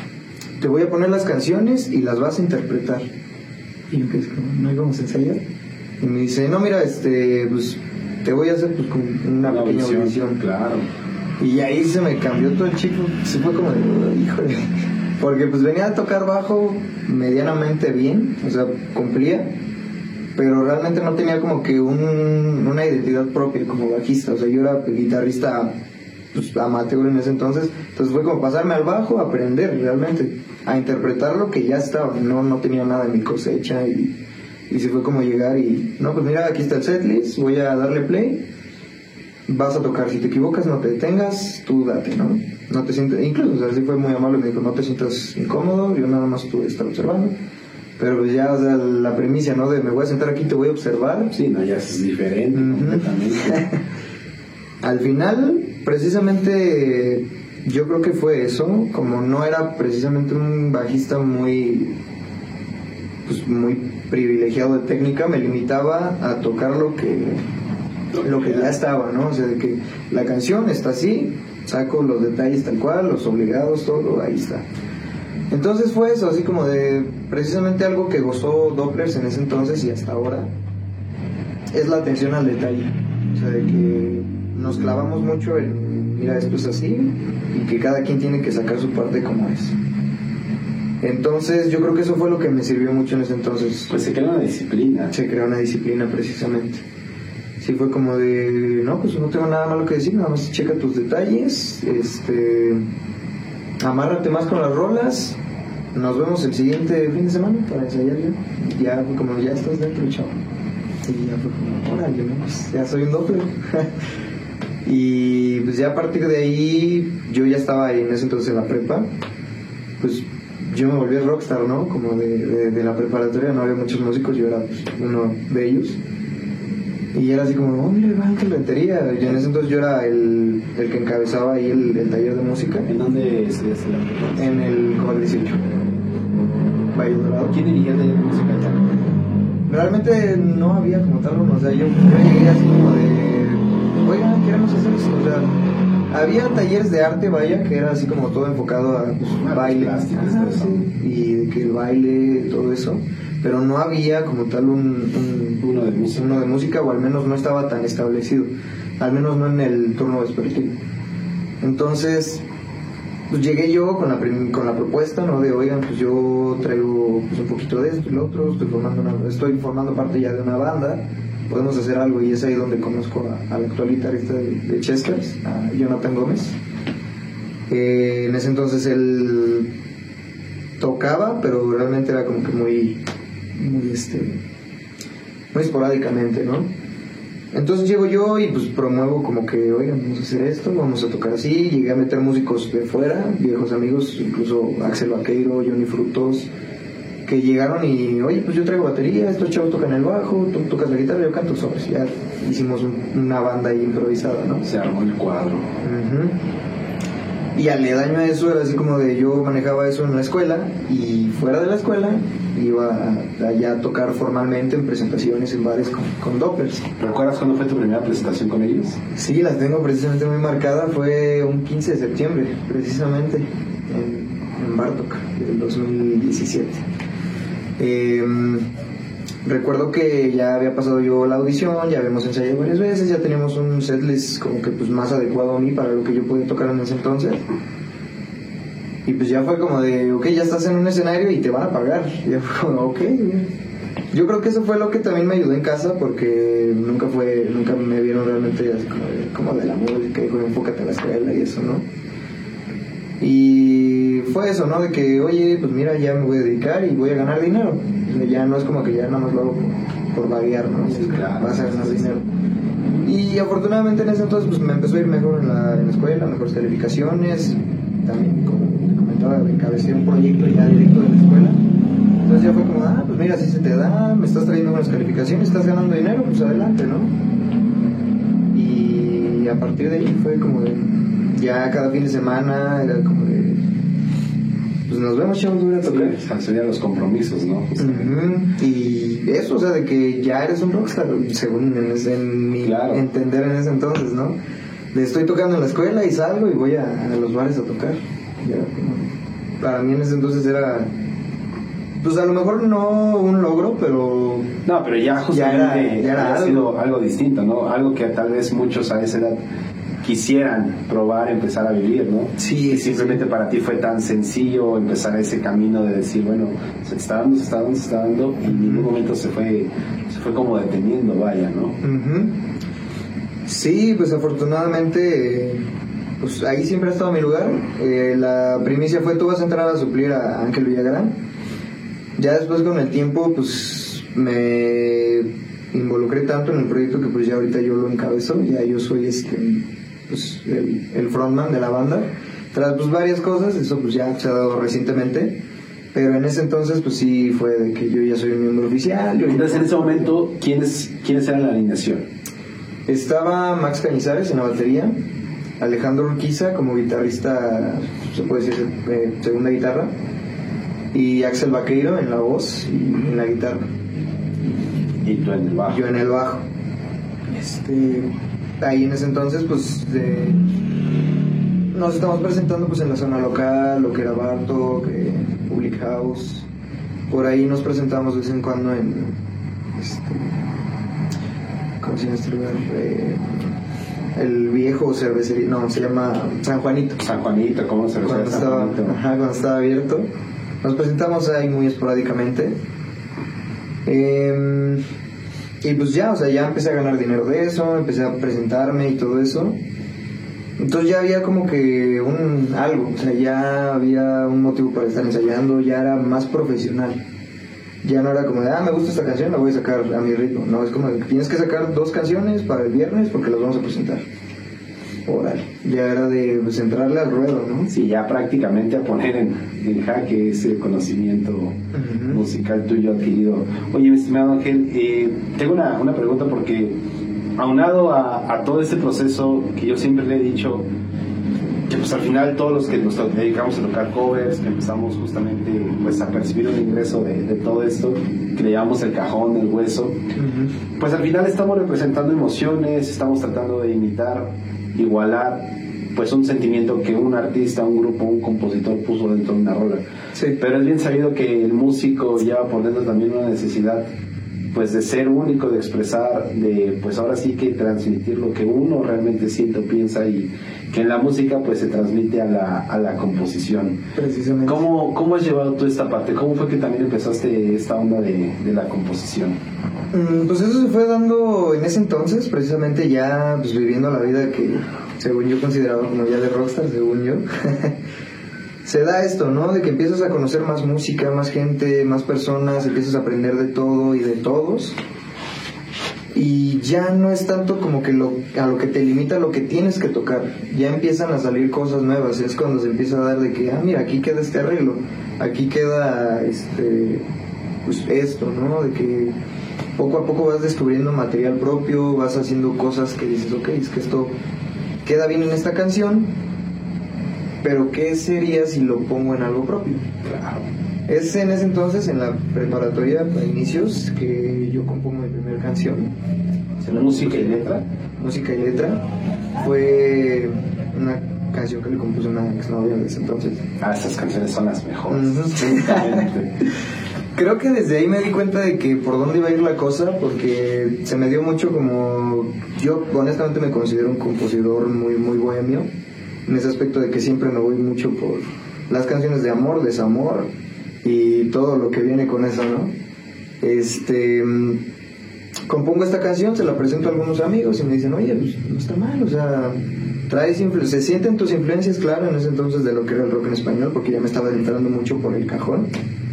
Te voy a poner las canciones y las vas a interpretar. Y yo, ¿qué es? ¿No íbamos a ensayar? Y me dice, no, mira, este, pues te voy a hacer pues con una, una pequeña audición, audición. Claro. Y ahí se me cambió todo el chico. Se fue como de, híjole. Porque pues venía a tocar bajo medianamente bien, o sea, cumplía, pero realmente no tenía como que un, una identidad propia como bajista. O sea, yo era guitarrista pues, amateur en ese entonces. Entonces fue como pasarme al bajo, aprender realmente, a interpretar lo que ya estaba. No, no tenía nada en mi cosecha y, y se fue como llegar y, no, pues mira, aquí está el setlist, voy a darle play. Vas a tocar, si te equivocas no te detengas, tú date, ¿no? No te sientes, incluso, o sea, sí fue muy amable, me dijo, no te sientas incómodo, yo nada más tuve que estar observando, pero pues ya, o sea, la premisa, ¿no? De me voy a sentar aquí, te voy a observar. Sí, no, ya es diferente, uh-huh. completamente. Al final, precisamente, yo creo que fue eso, como no era precisamente un bajista muy, pues muy privilegiado de técnica, me limitaba a tocar lo que... lo que ya estaba, ¿no? O sea, de que la canción está así, saco los detalles tal cual, los obligados, todo, ahí está. Entonces fue eso, así como de precisamente algo que gozó Dopplers en ese entonces y hasta ahora, es la atención al detalle. O sea, de que nos clavamos mucho en, mira, esto es así, y que cada quien tiene que sacar su parte como es. Entonces yo creo que eso fue lo que me sirvió mucho en ese entonces. Pues se crea una disciplina. Se crea una disciplina precisamente. Sí, fue como de, no, pues no tengo nada malo que decir, nada más checa tus detalles, este, amárrate más con las rolas, nos vemos el siguiente fin de semana para ensayar ya. Ya fue como, ya estás dentro, chavo. Y ya fue como, órale, ¿no? Pues ya soy un Doppler. Y pues ya a partir de ahí, yo ya estaba ahí en ese entonces en la prepa, pues yo me volví rockstar, ¿no? Como de, de, de la preparatoria, no había muchos músicos, yo era pues, uno de ellos. Y era así como, oh, mira, va en carpintería. Y en ese entonces yo era el, el que encabezaba ahí el, el taller de música. ¿En dónde estudiaste la prepa? En el Coval dieciocho. Valle Dorado. ¿Quién dirigía el taller de música? Realmente no había como tal uno. O sea, yo, yo llegué así como de, oigan, queremos hacer esto. O sea, había talleres de arte, vaya, que era así como todo enfocado a pues, Ah, baile. plásticos, Ajá, eso. sí, y de que el baile, todo eso. Pero no había como tal un, un- Uno de música. uno de música, o al menos no estaba tan establecido. Al menos no en el turno vespertino. Entonces, pues llegué yo con la, prim- con la propuesta, ¿no? De, oigan, pues yo traigo pues, un poquito de esto y lo otro, estoy formando, una, estoy formando parte ya de una banda, podemos hacer algo, y es ahí donde conozco a- al actual guitarrista de, de Cheskers, a Jonathan Gómez. Eh, en ese entonces él tocaba, pero realmente era como que muy, muy, este, muy esporádicamente, ¿no? Entonces llego yo y pues promuevo como que, oigan, vamos a hacer esto, vamos a tocar así. Llegué a meter músicos de fuera, viejos amigos, incluso Axel Vaqueiro, Johnny Frutos, que llegaron y, oye, pues yo traigo batería, estos chavos tocan el bajo, tú tocas la guitarra, yo canto sobres. Ya hicimos un- una banda ahí improvisada, ¿no? Se armó el cuadro. Ujú. Y aledaño a eso era así como de yo manejaba eso en la escuela, y fuera de la escuela iba a- allá a tocar formalmente en presentaciones en bares con, con Dopplers. ¿Recuerdas cuándo fue tu primera presentación con ellos? Sí, las tengo precisamente muy marcada, fue un quince de septiembre, precisamente, en, en Bartok, del dos mil diecisiete. Eh, recuerdo que ya había pasado yo la audición, ya habíamos ensayado varias veces, ya teníamos un setlist como que pues más adecuado a mí para lo que yo podía tocar en ese entonces. Y pues ya fue como de, ok, ya estás en un escenario y te van a pagar. Y ya fue como, ok, bien. Yo creo que eso fue lo que también me ayudó en casa, porque nunca fue, nunca me vieron realmente así como de, como de la música y como enfócate a la escuela y eso, ¿no? Y fue eso, ¿no? De que, oye, pues mira, ya me voy a dedicar y voy a ganar dinero. O sea, ya no es como que ya nada más lo hago por, por vaguear, ¿no? Sí, claro. Vas a ganar dinero. Y afortunadamente en ese entonces pues me empezó a ir mejor en la, en la escuela, mejores calificaciones. También, como te comentaba, encabecé un proyecto ya directo de la escuela. Entonces ya fue como, ah, pues mira, si se te da, me estás trayendo buenas calificaciones, estás ganando dinero, pues adelante, ¿no? Y a partir de ahí fue como de, ya cada fin de semana era como de, pues nos vemos, chavos, voy a tocar. Sí, serían los compromisos, ¿no? Ujú. Y eso, o sea, de que ya eres un rockstar, según en, ese- en mi Claro. entender en ese entonces, ¿no? De estoy tocando en la escuela y salgo y voy a, a los bares a tocar. Ya, como- para mí en ese entonces era, pues a lo mejor no un logro, pero No, pero ya justamente Ya era- ya era había algo. sido algo distinto, ¿no? Algo que tal vez muchos a esa edad quisieran probar, empezar a vivir, ¿no? Sí, y sí, simplemente sí. para ti fue tan sencillo empezar ese camino de decir, bueno, se está dando, se está dando, se está dando, y en ningún momento se fue, se fue como deteniendo, vaya, ¿no? Ujú. Sí, pues afortunadamente, eh, pues ahí siempre ha estado mi lugar. Eh, la primicia fue, tú vas a entrar a suplir a Ángel Villagrán. Ya después con el tiempo, pues me involucré tanto en el proyecto que pues ya ahorita yo lo encabezo, ya yo soy este, pues el, el frontman de la banda. Tras pues varias cosas, eso pues ya se ha dado recientemente. Pero en ese entonces, pues sí fue de que yo ya soy un miembro oficial. Yo ya- Entonces, en ese momento, ¿quiénes, quiénes eran la alineación? Estaba Max Cañizares en la batería, Alejandro Urquiza como guitarrista, se puede decir, eh, segunda guitarra, y Axel Vaqueiro en la voz y en la guitarra. Y tú en el bajo. Yo en el bajo. Este, ahí en ese entonces, pues, de- nos estamos presentando pues en la zona local, lo que era Bartok, eh, Public House. Por ahí nos presentamos de vez en cuando en, este, ¿cómo se llama este lugar? Eh, el viejo cervecería, no, se llama San Juanito. San Juanito, ¿cómo se refiere Cuando a San estaba, Juanito? ajá, cuando estaba abierto. Nos presentamos ahí muy esporádicamente. Eh, y pues ya, o sea, ya empecé a ganar dinero de eso, empecé a presentarme y todo eso. Entonces ya había como que un algo, o sea, ya había un motivo para estar ensayando, ya era más profesional. Ya no era como de, ah, me gusta esta canción, la voy a sacar a mi ritmo. No, es como de, tienes que sacar dos canciones para el viernes porque las vamos a presentar. Órale, ya era de pues, entrarle al ruedo, ¿no? Sí, ya prácticamente a poner en, en jaque ese conocimiento Ujú. musical tuyo adquirido. Oye, mi estimado Ángel, eh, tengo una, una pregunta porque aunado a, a todo este proceso que yo siempre le he dicho, que pues al final todos los que nos dedicamos a tocar covers, que empezamos justamente pues a percibir un ingreso de, de todo esto, que le llamamos el cajón, el hueso, Ujú. pues al final estamos representando emociones, estamos tratando de imitar, igualar pues un sentimiento que un artista, un grupo, un compositor puso dentro de una rola. Sí. Pero es bien sabido que el músico lleva por dentro también una necesidad pues de ser único, de expresar, de pues ahora sí que transmitir lo que uno realmente siente o piensa, y que en la música pues se transmite a la, a la composición. Precisamente. ¿Cómo, ¿Cómo has llevado tú esta parte? ¿Cómo fue que también empezaste esta onda de, de la composición? Mm, pues eso se fue dando en ese entonces, precisamente ya pues viviendo la vida que según yo consideraba como ya de rockstar, según yo. Se da esto, ¿no? De que empiezas a conocer más música, más gente, más personas, empiezas a aprender de todo y de todos. Y ya no es tanto como que lo, a lo que te limita lo que tienes que tocar. Ya empiezan a salir cosas nuevas. Es cuando se empieza a dar de que, ah, mira, aquí queda este arreglo, aquí queda este, pues esto, ¿no? De que poco a poco vas descubriendo material propio, vas haciendo cosas que dices, ok, es que esto queda bien en esta canción, pero ¿qué sería si lo pongo en algo propio? Claro. Es en ese entonces, en la preparatoria, a inicios, que yo compongo mi primera canción. ¿Música y letra? Música y letra. Fue una canción que le compuse una exnovia de ese entonces. Ah, esas canciones son las mejores. Uh-huh. Creo que desde ahí me di cuenta de que por dónde iba a ir la cosa, porque se me dio mucho como... Yo honestamente me considero un compositor muy, muy bohemio, en ese aspecto de que siempre me voy mucho por las canciones de amor, desamor y todo lo que viene con eso, ¿no? Este, compongo esta canción, se la presento a algunos amigos y me dicen, oye, pues no está mal, o sea, traes influ- se sienten tus influencias, claro, en ese entonces de lo que era el rock en español, porque ya me estaba adentrando mucho por el cajón,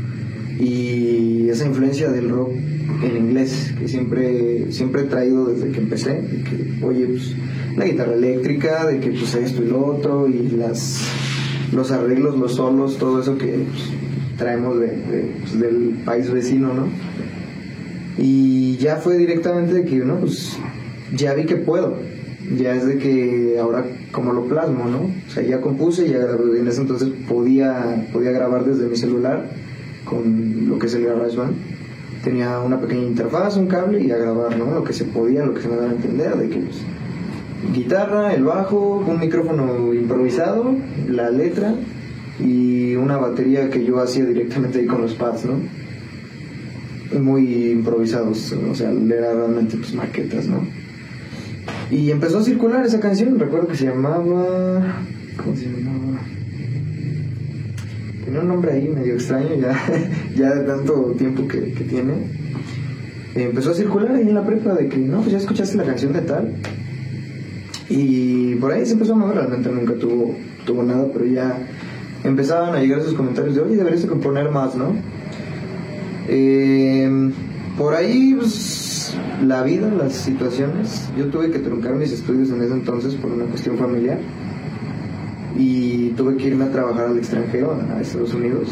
y esa influencia del rock en inglés que siempre siempre he traído desde que empecé, de que, oye, pues la guitarra eléctrica, de que pues esto y lo otro, y las los arreglos, los solos, todo eso que pues, traemos de, de, pues, del país vecino, ¿no? Y ya fue directamente de que, no, pues ya vi que puedo, ya es de que ahora como lo plasmo, ¿no? O sea, ya compuse, ya grabé, en ese entonces podía, podía grabar desde mi celular con lo que es el GarageBand. Tenía una pequeña interfaz, un cable y a grabar, ¿no? Lo que se podía, lo que se me daba a entender, de que pues, guitarra, el bajo, un micrófono improvisado, la letra y una batería que yo hacía directamente ahí con los pads, ¿no? Muy improvisados, o sea, era realmente pues maquetas, ¿no? Y empezó a circular esa canción, recuerdo que se llamaba... ¿Cómo se llamaba? Tenía un nombre ahí medio extraño, ya, ya de tanto tiempo que, que tiene. Eh, empezó a circular ahí en la prepa de que, no, pues ya escuchaste la canción de tal. Y por ahí se empezó a mover, realmente nunca tuvo, tuvo nada, pero ya empezaban a llegar esos comentarios de, oye, deberías de componer más, ¿no? Eh, por ahí, pues, la vida, las situaciones. Yo tuve que truncar mis estudios en ese entonces por una cuestión familiar. Y tuve que irme a trabajar al extranjero, a Estados Unidos.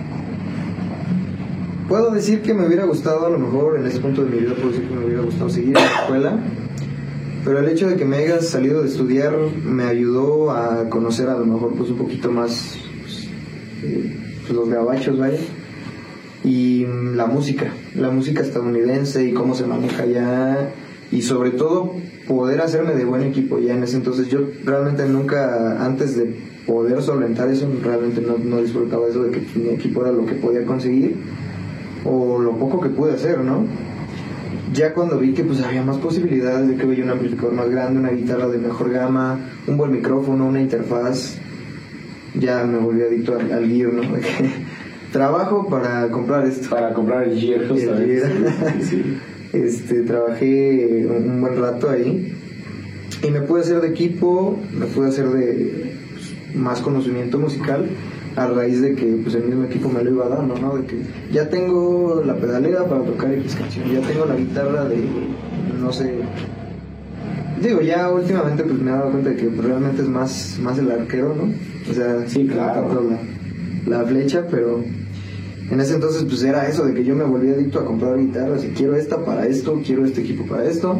Puedo decir que me hubiera gustado, a lo mejor en ese punto de mi vida, puedo decir que me hubiera gustado seguir en la escuela, pero el hecho de que me haya salido de estudiar me ayudó a conocer a lo mejor pues un poquito más pues, eh, pues, los gabachos, vaya, y la música, la música estadounidense y cómo se maneja allá, y sobre todo poder hacerme de buen equipo ya en ese entonces. Yo realmente nunca, antes de poder solventar eso, realmente no, no disfrutaba eso de que mi equipo era lo que podía conseguir o lo poco que pude hacer, ¿no? Ya cuando vi que pues había más posibilidades de que hubiera un amplificador más grande, una guitarra de mejor gama, un buen micrófono, una interfaz, ya me volví adicto al, al gear, ¿no? Trabajo para comprar esto. Para comprar el gear, justamente. El gear. Sí, sí. Este, trabajé un, un buen rato ahí y me pude hacer de equipo, me pude hacer de pues, más conocimiento musical a raíz de que pues el mismo equipo me lo iba dando, ¿no? De que ya tengo la pedalera para tocar X canción, ya tengo la guitarra de, no sé, digo, ya últimamente pues me he dado cuenta de que pues, realmente es más, más el arquero, ¿no? O sea, sí, claro, no la, la flecha, pero en ese entonces pues era eso, de que yo me volví adicto a comprar guitarras y quiero esta para esto, quiero este equipo para esto,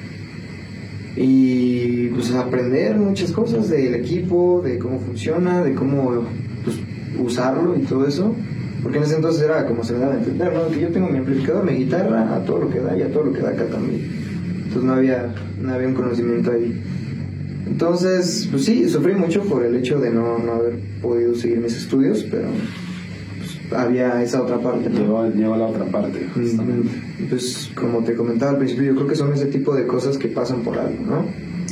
y pues aprender muchas cosas del equipo, de cómo funciona, de cómo pues, usarlo y todo eso, porque en ese entonces era como se me daba a entender, ¿no? Que yo tengo mi amplificador, mi guitarra, a todo lo que da y a todo lo que da acá también, entonces no había, no había un conocimiento ahí. Entonces, pues sí, sufrí mucho por el hecho de no, no haber podido seguir mis estudios, pero pues, había esa otra parte, ¿no? Llegó, llegó la otra parte, justamente. Pues como te comentaba al principio, yo creo que son ese tipo de cosas que pasan por algo, ¿no?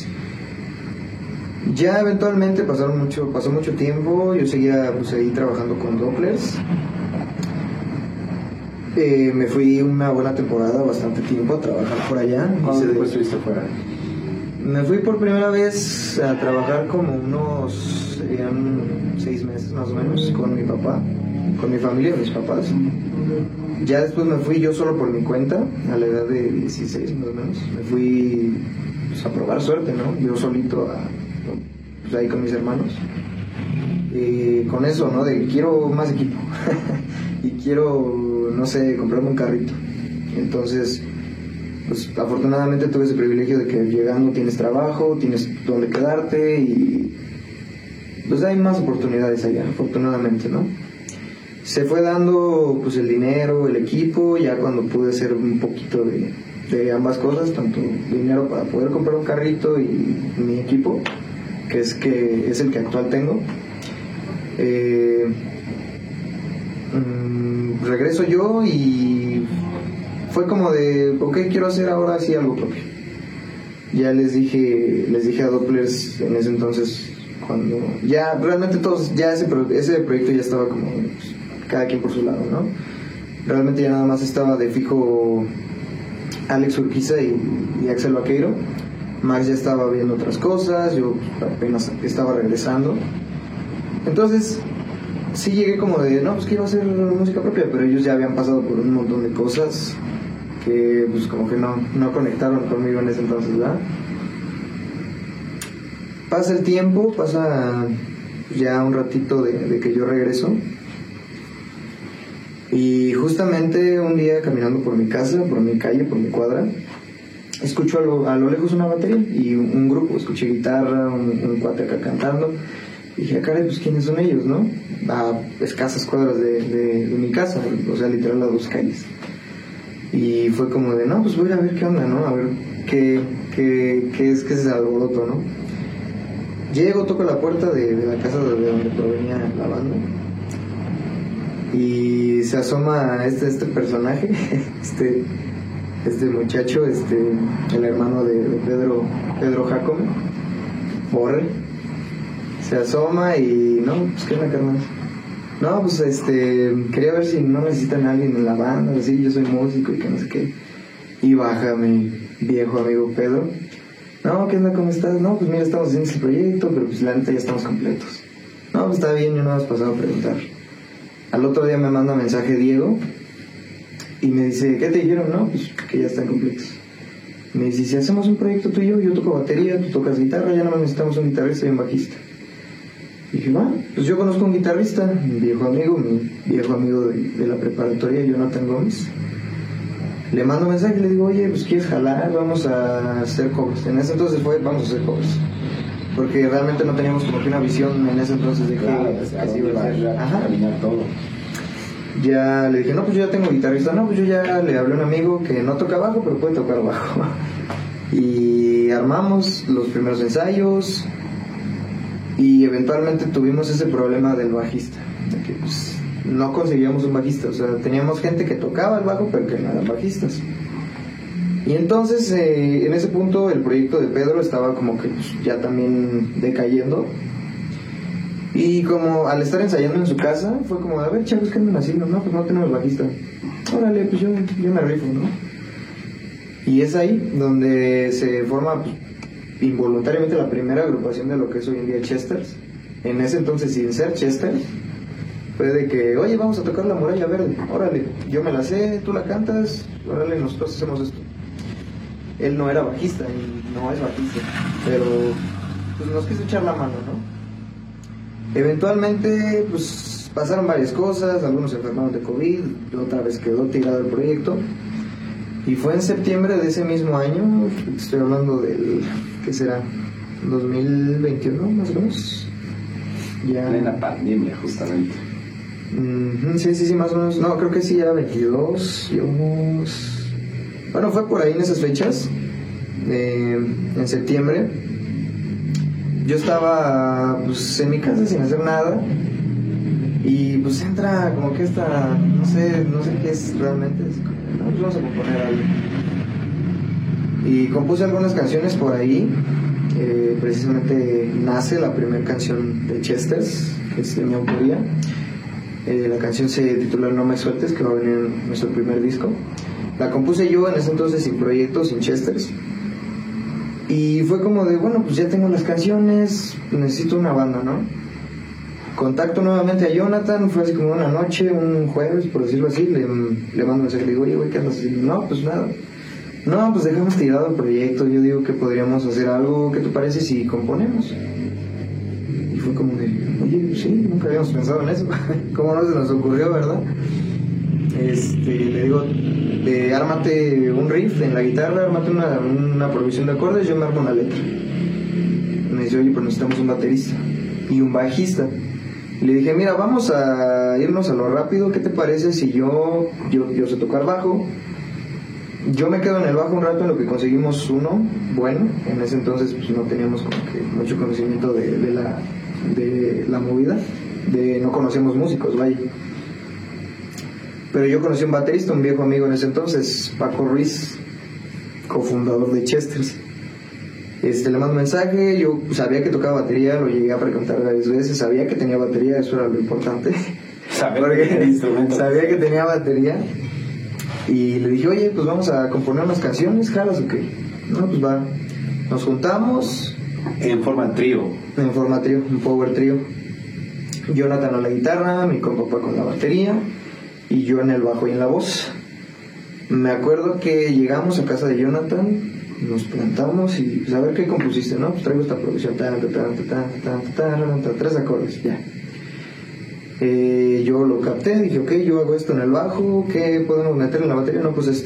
Ya eventualmente pasaron mucho, pasó mucho tiempo, yo seguía pues ahí trabajando con Dopplers. Eh, me fui una buena temporada, bastante tiempo a trabajar por allá. ¿Cuándo después estuviste fuera? Me fui por primera vez a trabajar como unos, serían seis meses más o menos, con mi papá, con mi familia, mis papás. Ya después me fui yo solo por mi cuenta, a la edad de dieciséis más o menos. Me fui pues, a probar suerte, ¿no? Yo solito, a, pues, ahí con mis hermanos. Y con eso, ¿no? De quiero más equipo. Y quiero, no sé, comprarme un carrito. Entonces, pues afortunadamente tuve ese privilegio de que llegando tienes trabajo, tienes donde quedarte y pues hay más oportunidades allá, afortunadamente, ¿no? Se fue dando pues el dinero, el equipo, ya cuando pude hacer un poquito de, de ambas cosas, tanto dinero para poder comprar un carrito y mi equipo, que es, que es el que actual tengo. Eh, mmm, regreso yo y fue como de, ok, quiero hacer ahora sí algo propio. Ya les dije, les dije a Dopplers en ese entonces, cuando ya realmente todos, ya ese, ese proyecto ya estaba como pues, cada quien por su lado, ¿no? Realmente ya nada más estaba de fijo Alex Urquiza y, y Axel Vaqueiro. Max ya estaba viendo otras cosas, yo apenas estaba regresando. Entonces sí llegué como de, no, pues quiero hacer música propia, pero ellos ya habían pasado por un montón de cosas que pues como que no, no conectaron conmigo en ese entonces, ¿verdad? Pasa el tiempo, pasa ya un ratito de, de que yo regreso y justamente un día caminando por mi casa, por mi calle, por mi cuadra, escucho a lo, a lo lejos una batería y un, un grupo, escuché guitarra, un, un cuate acá cantando. Y dije, caray, pues ¿quiénes son ellos, no? A escasas cuadras de, de, de mi casa, o sea, literal a dos calles. Y fue como de, no, pues voy a ver qué onda, ¿no? A ver qué, qué, qué es que es ese alboroto, ¿no? Llego, toco la puerta de, de la casa de donde provenía la banda. Y se asoma este, este personaje, este, este muchacho, este, el hermano de, de Pedro, Pedro Jacome, Borre. Se asoma y, no, pues qué es la carnal. No, pues este, quería ver si no necesitan a alguien en la banda, así, yo soy músico y que no sé qué. Y baja mi viejo amigo Pedro. No, ¿qué onda? ¿Cómo estás? No, pues mira, estamos haciendo este proyecto, pero pues la neta ya estamos completos. No, pues está bien, yo no has pasado a preguntar. Al otro día me manda mensaje Diego y me dice, ¿qué te dijeron? No, pues que ya están completos. Me dice, si hacemos un proyecto tú y yo, yo toco batería, tú tocas guitarra, ya no necesitamos un guitarrista y un bajista. Y dije, va, pues yo conozco un guitarrista, mi viejo amigo, mi viejo amigo de, de la preparatoria, Jonathan Gómez. Le mando un mensaje y le digo, oye, pues ¿quieres jalar? Vamos a hacer covers. En ese entonces fue, vamos a hacer covers. Porque realmente no teníamos como que una visión en ese entonces de que claro, así iba a ser. Ajá. Todo. Ya le dije, no, pues yo ya tengo guitarrista. No, pues yo ya le hablé a un amigo que no toca bajo, pero puede tocar bajo. Y armamos los primeros ensayos. Y eventualmente tuvimos ese problema del bajista, de que pues, no conseguíamos un bajista, o sea, teníamos gente que tocaba el bajo pero que no eran bajistas. Y entonces eh, en ese punto el proyecto de Pedro estaba como que pues, ya también decayendo. Y como al estar ensayando en su casa, fue como, a ver chavos, ¿qué andan haciendo? No, pues no tenemos bajista. Órale, pues yo, yo me rifo, ¿no? Y es ahí donde se forma pues, involuntariamente la primera agrupación de lo que es hoy en día Chesters. En ese entonces, sin ser Chesters, fue de que, oye, vamos a tocar La Muralla Verde, órale, yo me la sé, tú la cantas, órale, nosotros hacemos esto. Él no era bajista, y no es bajista, pero pues nos quiso echar la mano, ¿no? Eventualmente, pues pasaron varias cosas, algunos se enfermaron de COVID, otra vez quedó tirado el proyecto. Y fue en septiembre de ese mismo año, estoy hablando del, ¿qué será? dos mil veintiuno más o menos. Ya en la pandemia, justamente. Mm-hmm, sí, sí, sí, más o menos. No, creo que sí, ya veintidós, íbamos... Bueno, fue por ahí en esas fechas, eh, en septiembre. yo estaba pues en mi casa sin hacer nada y pues entra como que esta, no sé, no sé qué es realmente, es como, no, pues vamos a componer algo. Y compuse algunas canciones por ahí, eh, precisamente nace la primera canción de Chesters, que es de mi autoría. Eh, la canción se titula No me sueltes, que va a venir en nuestro primer disco. La compuse yo en ese entonces sin proyecto, sin Chesters. Y fue como de, bueno, pues ya tengo las canciones, necesito una banda, ¿no? Contacto nuevamente a Jonathan, fue así como una noche, un jueves, por decirlo así, le, le mando un mensaje, le digo, oye, güey, ¿qué andas haciendo? No, pues nada. No, pues dejamos tirado el proyecto, yo digo que podríamos hacer algo, ¿qué te parece si componemos? Y fue como de, oye, sí, nunca habíamos pensado en eso, ¿cómo no se nos ocurrió, verdad? Este, le digo, de, ármate un riff en la guitarra, ármate una, una provisión de acordes, yo me armo una letra. Me dice, oye, pues necesitamos un baterista y un bajista. Y le dije, mira, vamos a irnos a lo rápido, ¿qué te parece si yo, yo, yo sé tocar bajo? Yo me quedo en el bajo un rato en lo que conseguimos uno bueno. En ese entonces pues no teníamos como que mucho conocimiento de, de, la, de la movida, de no conocíamos músicos, vaya. Pero yo conocí un baterista, un viejo amigo en ese entonces, Paco Ruiz, cofundador de Chesters. Este, le mando un mensaje, yo sabía que tocaba batería, lo llegué a preguntar varias veces, sabía que tenía batería, eso era lo importante. Sabía que tenía batería. Y le dije, oye, pues vamos a componer unas canciones, ¿jalas o qué? No, pues va. Nos juntamos. En forma trío. En forma trío, un power trío. Jonathan a la guitarra, mi compa con la batería y yo en el bajo y en la voz. Me acuerdo que llegamos a casa de Jonathan, nos plantamos y pues a ver qué compusiste, ¿no? Pues traigo esta producción, ta, ta, ta, ta, ta, ta, ta, tres acordes, ya. Eh, yo lo capté, dije, ok, yo hago esto en el bajo, ¿qué podemos meter en la batería? No, pues esto.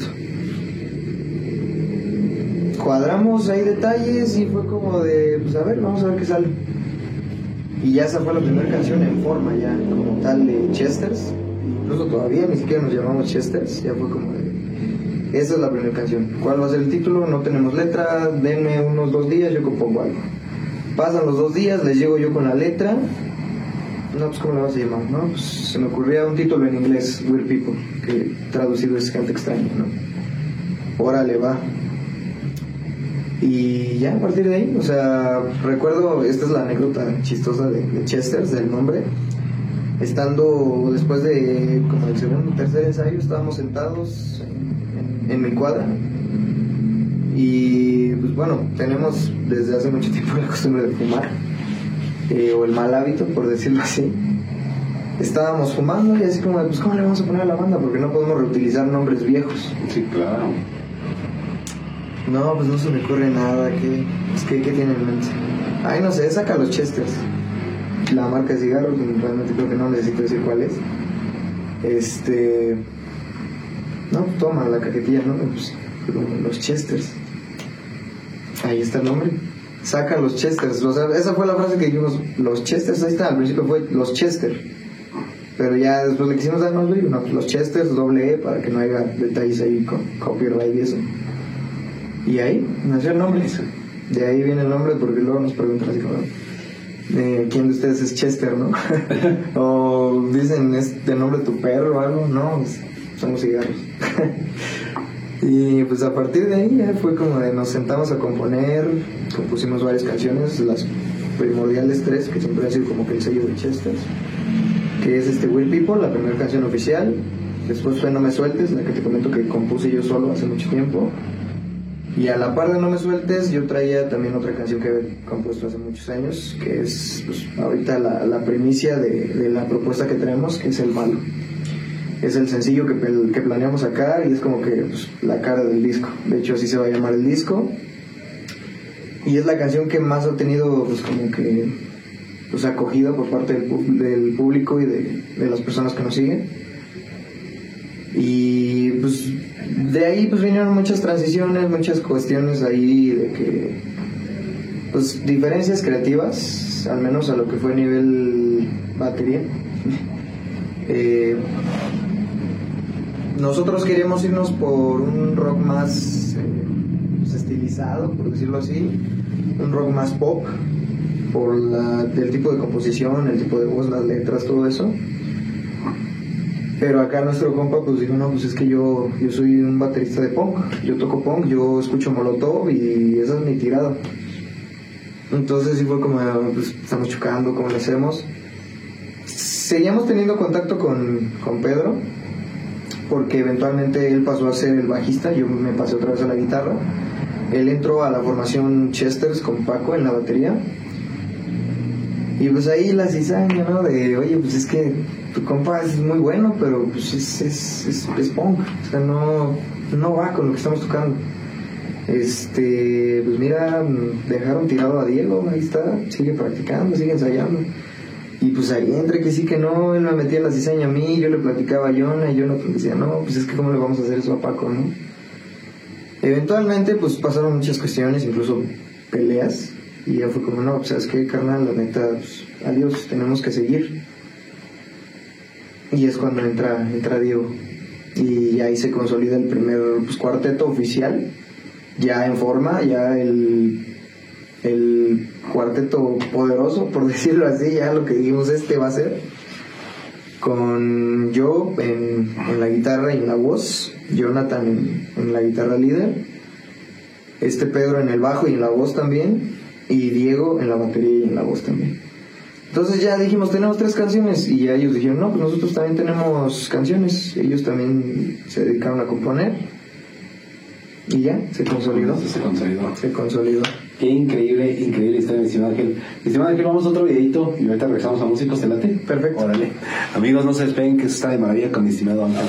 Cuadramos ahí detalles y fue como de, pues a ver, vamos a ver qué sale. Y ya esa fue la primera canción en forma ya, como tal, de Chesters. Incluso todavía ni siquiera nos llamamos Chesters, ya fue como de, esa es la primera canción. ¿Cuál va a ser el título? No tenemos letra, denme unos dos días, yo compongo algo. Pasan los dos días, les llego yo con la letra. No, pues ¿cómo la vas a llamar? No, pues se me ocurría un título en inglés, Weird People, que traducido es gente extraña, ¿no? Órale, va. Y ya a partir de ahí, o sea, recuerdo, esta es la anécdota chistosa de, de Chesters, del nombre. Estando después de como el segundo o tercer ensayo, estábamos sentados en, en, en mi cuadra. Y pues bueno, tenemos desde hace mucho tiempo la costumbre de fumar. Eh, o el mal hábito, por decirlo así. Estábamos fumando y así como, pues ¿cómo le vamos a poner a la banda? Porque no podemos reutilizar nombres viejos. Sí, claro. No, pues no se me ocurre nada. ¿Qué, pues, ¿qué, qué tiene en mente? Ay, no sé, saca los Chesters. La marca de cigarros, realmente creo que no necesito decir cuál es. Este... No, toma la cajetilla, ¿no? Pues, los Chesters. Ahí está el nombre. Saca los Chesters, o sea, esa fue la frase que dijimos, los Chesters, ahí está, al principio fue los Chester, pero ya después le quisimos dar nombre, no, los Chesters, doble E, para que no haya detalles ahí con copyright y eso, y ahí nació el nombre, de ahí viene el nombre, porque luego nos preguntan así como, eh, ¿quién de ustedes es Chester, no? O dicen, ¿es de nombre tu perro o algo? No, pues, somos cigarros. Y pues a partir de ahí ya fue como de nos sentamos a componer, compusimos varias canciones, las primordiales tres que siempre han sido como que el sello de Chesters, que es este Weird People, la primera canción oficial. Después fue No me sueltes, la que te comento que compuse yo solo hace mucho tiempo. Y a la par de No me sueltes yo traía también otra canción que he compuesto hace muchos años, que es pues, ahorita la, la primicia de, de la propuesta que tenemos, que es El Malo. Es el sencillo que, que planeamos sacar y es como que pues, la cara del disco. De hecho así se va a llamar el disco. Y es la canción que más ha tenido pues como que pues, acogida por parte del, del público y de, de las personas que nos siguen. Y pues de ahí pues vinieron muchas transiciones, muchas cuestiones ahí de que pues diferencias creativas, al menos a lo que fue nivel batería. eh, Nosotros queríamos irnos por un rock más eh, pues estilizado, por decirlo así, un rock más pop, por la, el tipo de composición, el tipo de voz, las letras, todo eso. Pero acá nuestro compa pues dijo, no, pues es que yo, yo soy un baterista de punk, yo toco punk, yo escucho Molotov y esa es mi tirada. Entonces sí fue como, pues estamos chocando, ¿cómo lo hacemos? Seguíamos teniendo contacto con, con Pedro, porque eventualmente él pasó a ser el bajista, yo me pasé otra vez a la guitarra. Él entró a la formación Chesters con Paco en la batería. Y pues ahí la cizaña, ¿no? De, oye, pues es que tu compa es muy bueno, pero pues es, es, es, es punk. O sea, no, no va con lo que estamos tocando. Este, pues mira, dejaron tirado a Diego, ahí está, sigue practicando, sigue ensayando. Y pues ahí entre que sí que no, él me metía la cizaña a mí, yo le platicaba a Jonah y Jonathan decía, no, pues es que cómo le vamos a hacer eso a Paco, ¿no? Eventualmente pues pasaron muchas cuestiones, incluso peleas. Y ya fue como, no, pues, ¿sabes qué, carnal? La neta, pues, adiós, tenemos que seguir. Y es cuando entra, entra Diego. Y ahí se consolida el primer pues, cuarteto oficial, ya en forma, ya el, el cuarteto poderoso, por decirlo así, ya lo que dijimos este va a ser. Con yo en, en la guitarra y en la voz, Jonathan en, en la guitarra líder, este Pedro en el bajo y en la voz también, y Diego en la batería y en la voz también. Entonces ya dijimos, tenemos tres canciones, y ya ellos dijeron, no, pues nosotros también tenemos canciones. Ellos también se dedicaron a componer y ya, se consolidó. Se consolidó. Se consolidó. Qué increíble, increíble historia, mi estimado Ángel. Mi estimado Ángel, vamos a otro videito y ahorita regresamos a Músicos, ¿te late? Perfecto. Órale. Amigos, no se despeguen, que eso está de maravilla con mi estimado Ángel.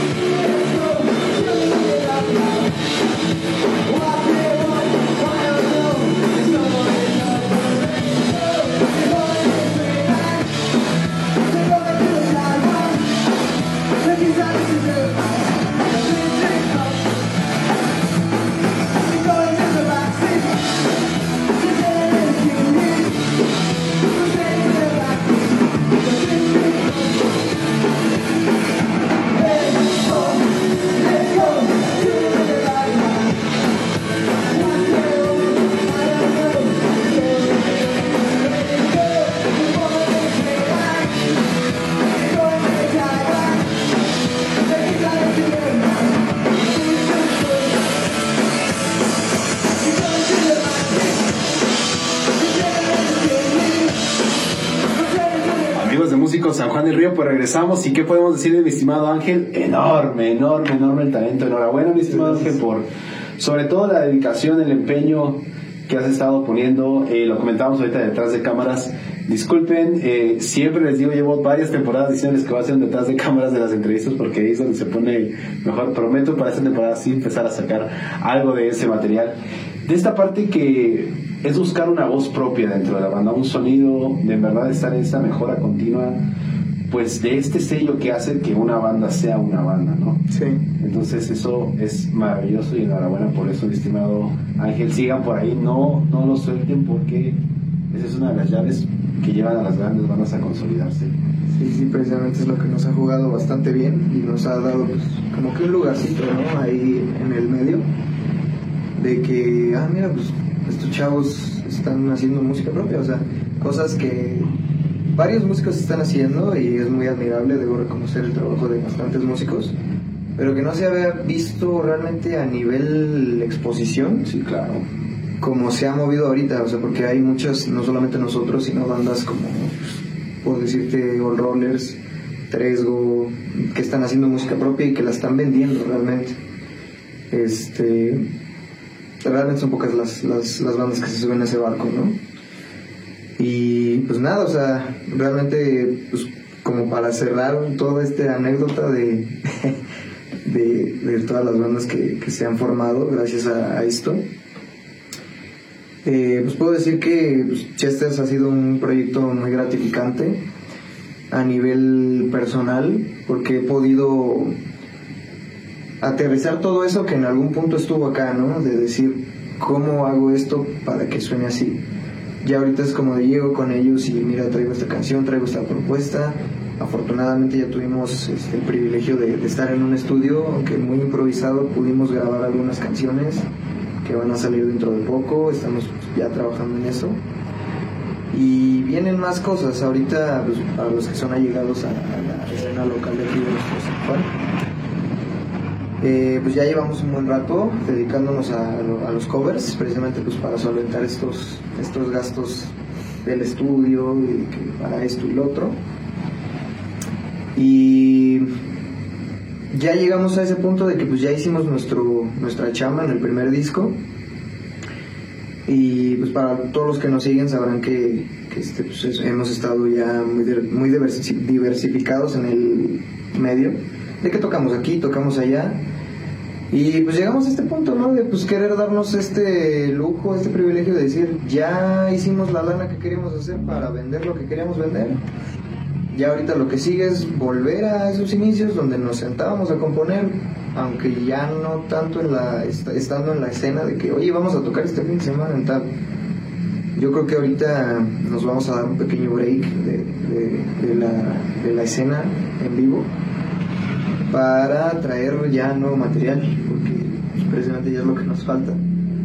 San Juan del Río, pues regresamos. ¿Y qué podemos decir de mi estimado Ángel? Enorme, enorme, enorme el talento. Enhorabuena, mi estimado Ángel, por sobre todo la dedicación, el empeño que has estado poniendo. Eh, lo comentábamos ahorita detrás de cámaras. Disculpen, eh, siempre les digo, llevo varias temporadas diciéndoles que va a ser un detrás de cámaras de las entrevistas, porque ahí es donde se pone mejor. Prometo para esta temporada sí empezar a sacar algo de ese material. De esta parte que es buscar una voz propia dentro de la banda, un sonido, de en verdad estar en esta mejora continua, pues de este sello que hace que una banda sea una banda, ¿no? Sí. Entonces eso es maravilloso y enhorabuena por eso, mi estimado Ángel. Sigan por ahí, no, no lo suelten, porque esa es una de las llaves que llevan a las grandes bandas a consolidarse. Sí, sí, precisamente es lo que nos ha jugado bastante bien y nos ha dado pues, como que un lugarcito, ¿no? Ahí en el medio, de que, ah, mira, pues estos chavos están haciendo música propia, o sea, cosas que varios músicos están haciendo y es muy admirable, debo reconocer el trabajo de bastantes músicos, pero que no se había visto realmente a nivel exposición. Sí, claro. Como se ha movido ahorita, o sea, porque hay muchas, no solamente nosotros, sino bandas como, por decirte, All Rollers, Tresgo, que están haciendo música propia y que la están vendiendo realmente. Este, realmente son pocas las, las, las bandas que se suben a ese barco, ¿no? Y pues nada, o sea, realmente, pues como para cerrar toda esta anécdota de, de, de todas las bandas que, que se han formado gracias a, a esto. Eh, pues puedo decir que pues, Chesters ha sido un proyecto muy gratificante a nivel personal, porque he podido aterrizar todo eso que en algún punto estuvo acá, ¿no? De decir, ¿cómo hago esto para que suene así? Ya ahorita es como de llego con ellos y mira, traigo esta canción, traigo esta propuesta. Afortunadamente ya tuvimos este, el privilegio de, de estar en un estudio, aunque muy improvisado, pudimos grabar algunas canciones que van a salir dentro de poco, estamos ya trabajando en eso. Y vienen más cosas. Ahorita, pues, para los que son allegados a, a la escena local de aquí de nuestro San Juan, eh, pues ya llevamos un buen rato dedicándonos a, a los covers, precisamente pues para solventar estos, estos gastos del estudio y que para esto y lo otro. Y ya llegamos a ese punto de que pues ya hicimos nuestro, nuestra chamba en el primer disco. Y pues para todos los que nos siguen sabrán que, que este, pues, es, hemos estado ya muy, muy diversificados en el medio, de que tocamos aquí, tocamos allá, y pues llegamos a este punto, ¿no? De pues querer darnos este lujo, este privilegio de decir, ya hicimos la lana que queríamos hacer para vender lo que queríamos vender. Ya ahorita lo que sigue es volver a esos inicios donde nos sentábamos a componer, aunque ya no tanto en la estando en la escena de que, oye, vamos a tocar este fin de semana en tal. Yo creo que ahorita nos vamos a dar un pequeño break de, de, de, la, de la escena en vivo para traer ya nuevo material, porque pues, precisamente ya es lo que nos falta.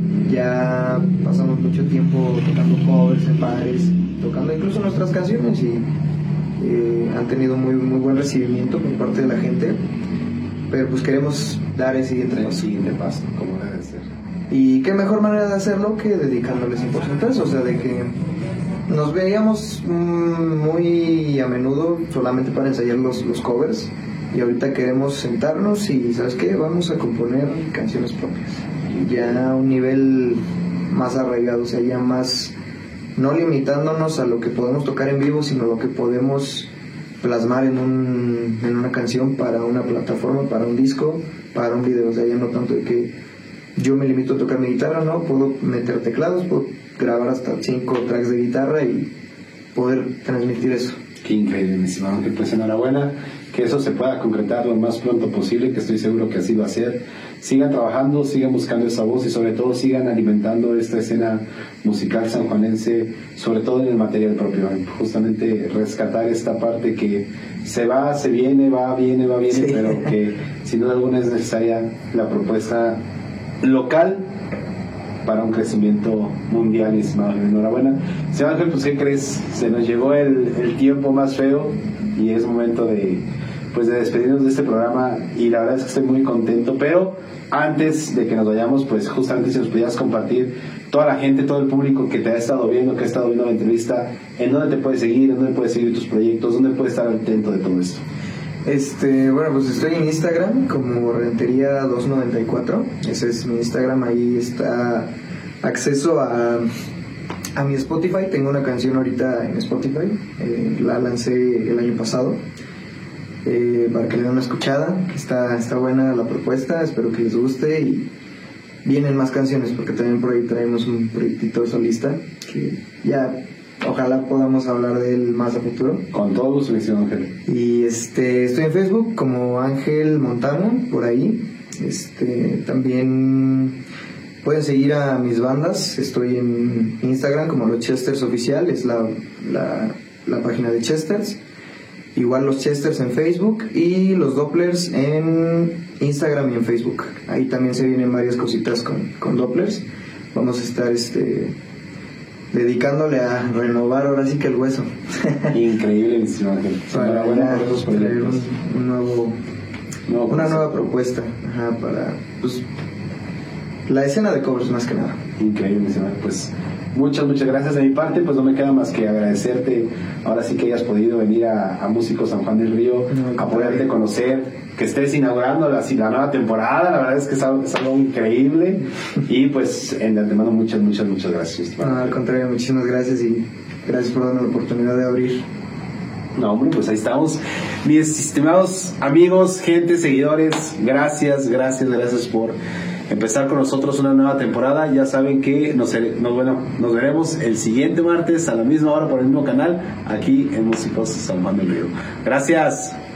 Ya pasamos mucho tiempo tocando covers en bares, tocando incluso nuestras canciones, y eh, han tenido muy, muy buen recibimiento por parte de la gente, pero pues queremos dar el siguiente paso. El siguiente paso, como debe ser. Y qué mejor manera de hacerlo que dedicándoles cien por ciento a eso, o sea, de que nos veíamos mmm, muy a menudo solamente para ensayar los, los covers, y ahorita queremos sentarnos y, ¿sabes qué? Vamos a componer canciones propias, ya a un nivel más arraigado, o sea, ya más, no limitándonos a lo que podemos tocar en vivo, sino lo que podemos plasmar en, un, en una canción para una plataforma, para un disco, para un video. O sea, ya no tanto de que yo me limito a tocar mi guitarra, no, puedo meter teclados, puedo grabar hasta cinco tracks de guitarra y poder transmitir eso. Qué increíble, mi estimado Ángel, pues enhorabuena, que eso se pueda concretar lo más pronto posible, que estoy seguro que así va a ser. Sigan trabajando, sigan buscando esa voz y sobre todo sigan alimentando esta escena musical sanjuanense, sobre todo en el material propio, justamente rescatar esta parte que se va, se viene, va, viene, va, viene, sí. Pero que sin duda alguna es necesaria la propuesta local para un crecimiento mundial, y estimado Ángel, enhorabuena. Señor Ángel, pues ¿qué crees? Se nos llegó el, el tiempo más feo y es momento de, pues, de despedirnos de este programa, y la verdad es que estoy muy contento, pero antes de que nos vayamos, pues justamente si nos pudieras compartir toda la gente, todo el público que te ha estado viendo, que ha estado viendo la entrevista, en dónde te puedes seguir, en dónde puedes seguir tus proyectos, dónde puedes estar atento de todo esto. Este, bueno, pues estoy en Instagram como Rentería doscientos noventa y cuatro, ese es mi Instagram, ahí está acceso a, a mi Spotify. Tengo una canción ahorita en Spotify, eh, la lancé el año pasado, eh, para que le den una escuchada. Está, está buena la propuesta, espero que les guste, y vienen más canciones porque también por ahí traemos un proyectito solista que ya ojalá podamos hablar de él más a futuro. Con todo gusto, mi señor Ángel. Y este, estoy en Facebook como Ángel Montano, por ahí. Este, también pueden seguir a mis bandas. Estoy en Instagram como Los Chesters Oficial, es la, la, la página de Chesters. Igual Los Chesters en Facebook, y Los Dopplers en Instagram y en Facebook. Ahí también se vienen varias cositas con, con Dopplers. Vamos a estar este dedicándole a renovar ahora sí que el hueso. Increíble, mi señor Ángel. Para ya traer un, un nuevo, no, una pues, nueva propuesta, ajá, para pues la escena de covers más que nada. Increíble, mi señor. Pues muchas, muchas gracias de mi parte. Pues no me queda más que agradecerte ahora sí que hayas podido venir a, a Músicos San Juan del Río, no, a poderte conocer, que estés inaugurando la, la nueva temporada. La verdad es que es algo, es algo increíble, y pues en de antemano muchas, muchas, muchas gracias. No, al contrario, muchísimas gracias, y gracias por darme la oportunidad de abrir. No, hombre, pues ahí estamos, mis estimados amigos, gente, seguidores. Gracias, gracias, gracias por empezar con nosotros una nueva temporada. Ya saben que nos, nos, bueno, nos veremos el siguiente martes a la misma hora por el mismo canal, aquí en Músicos San Juan del Río. Gracias.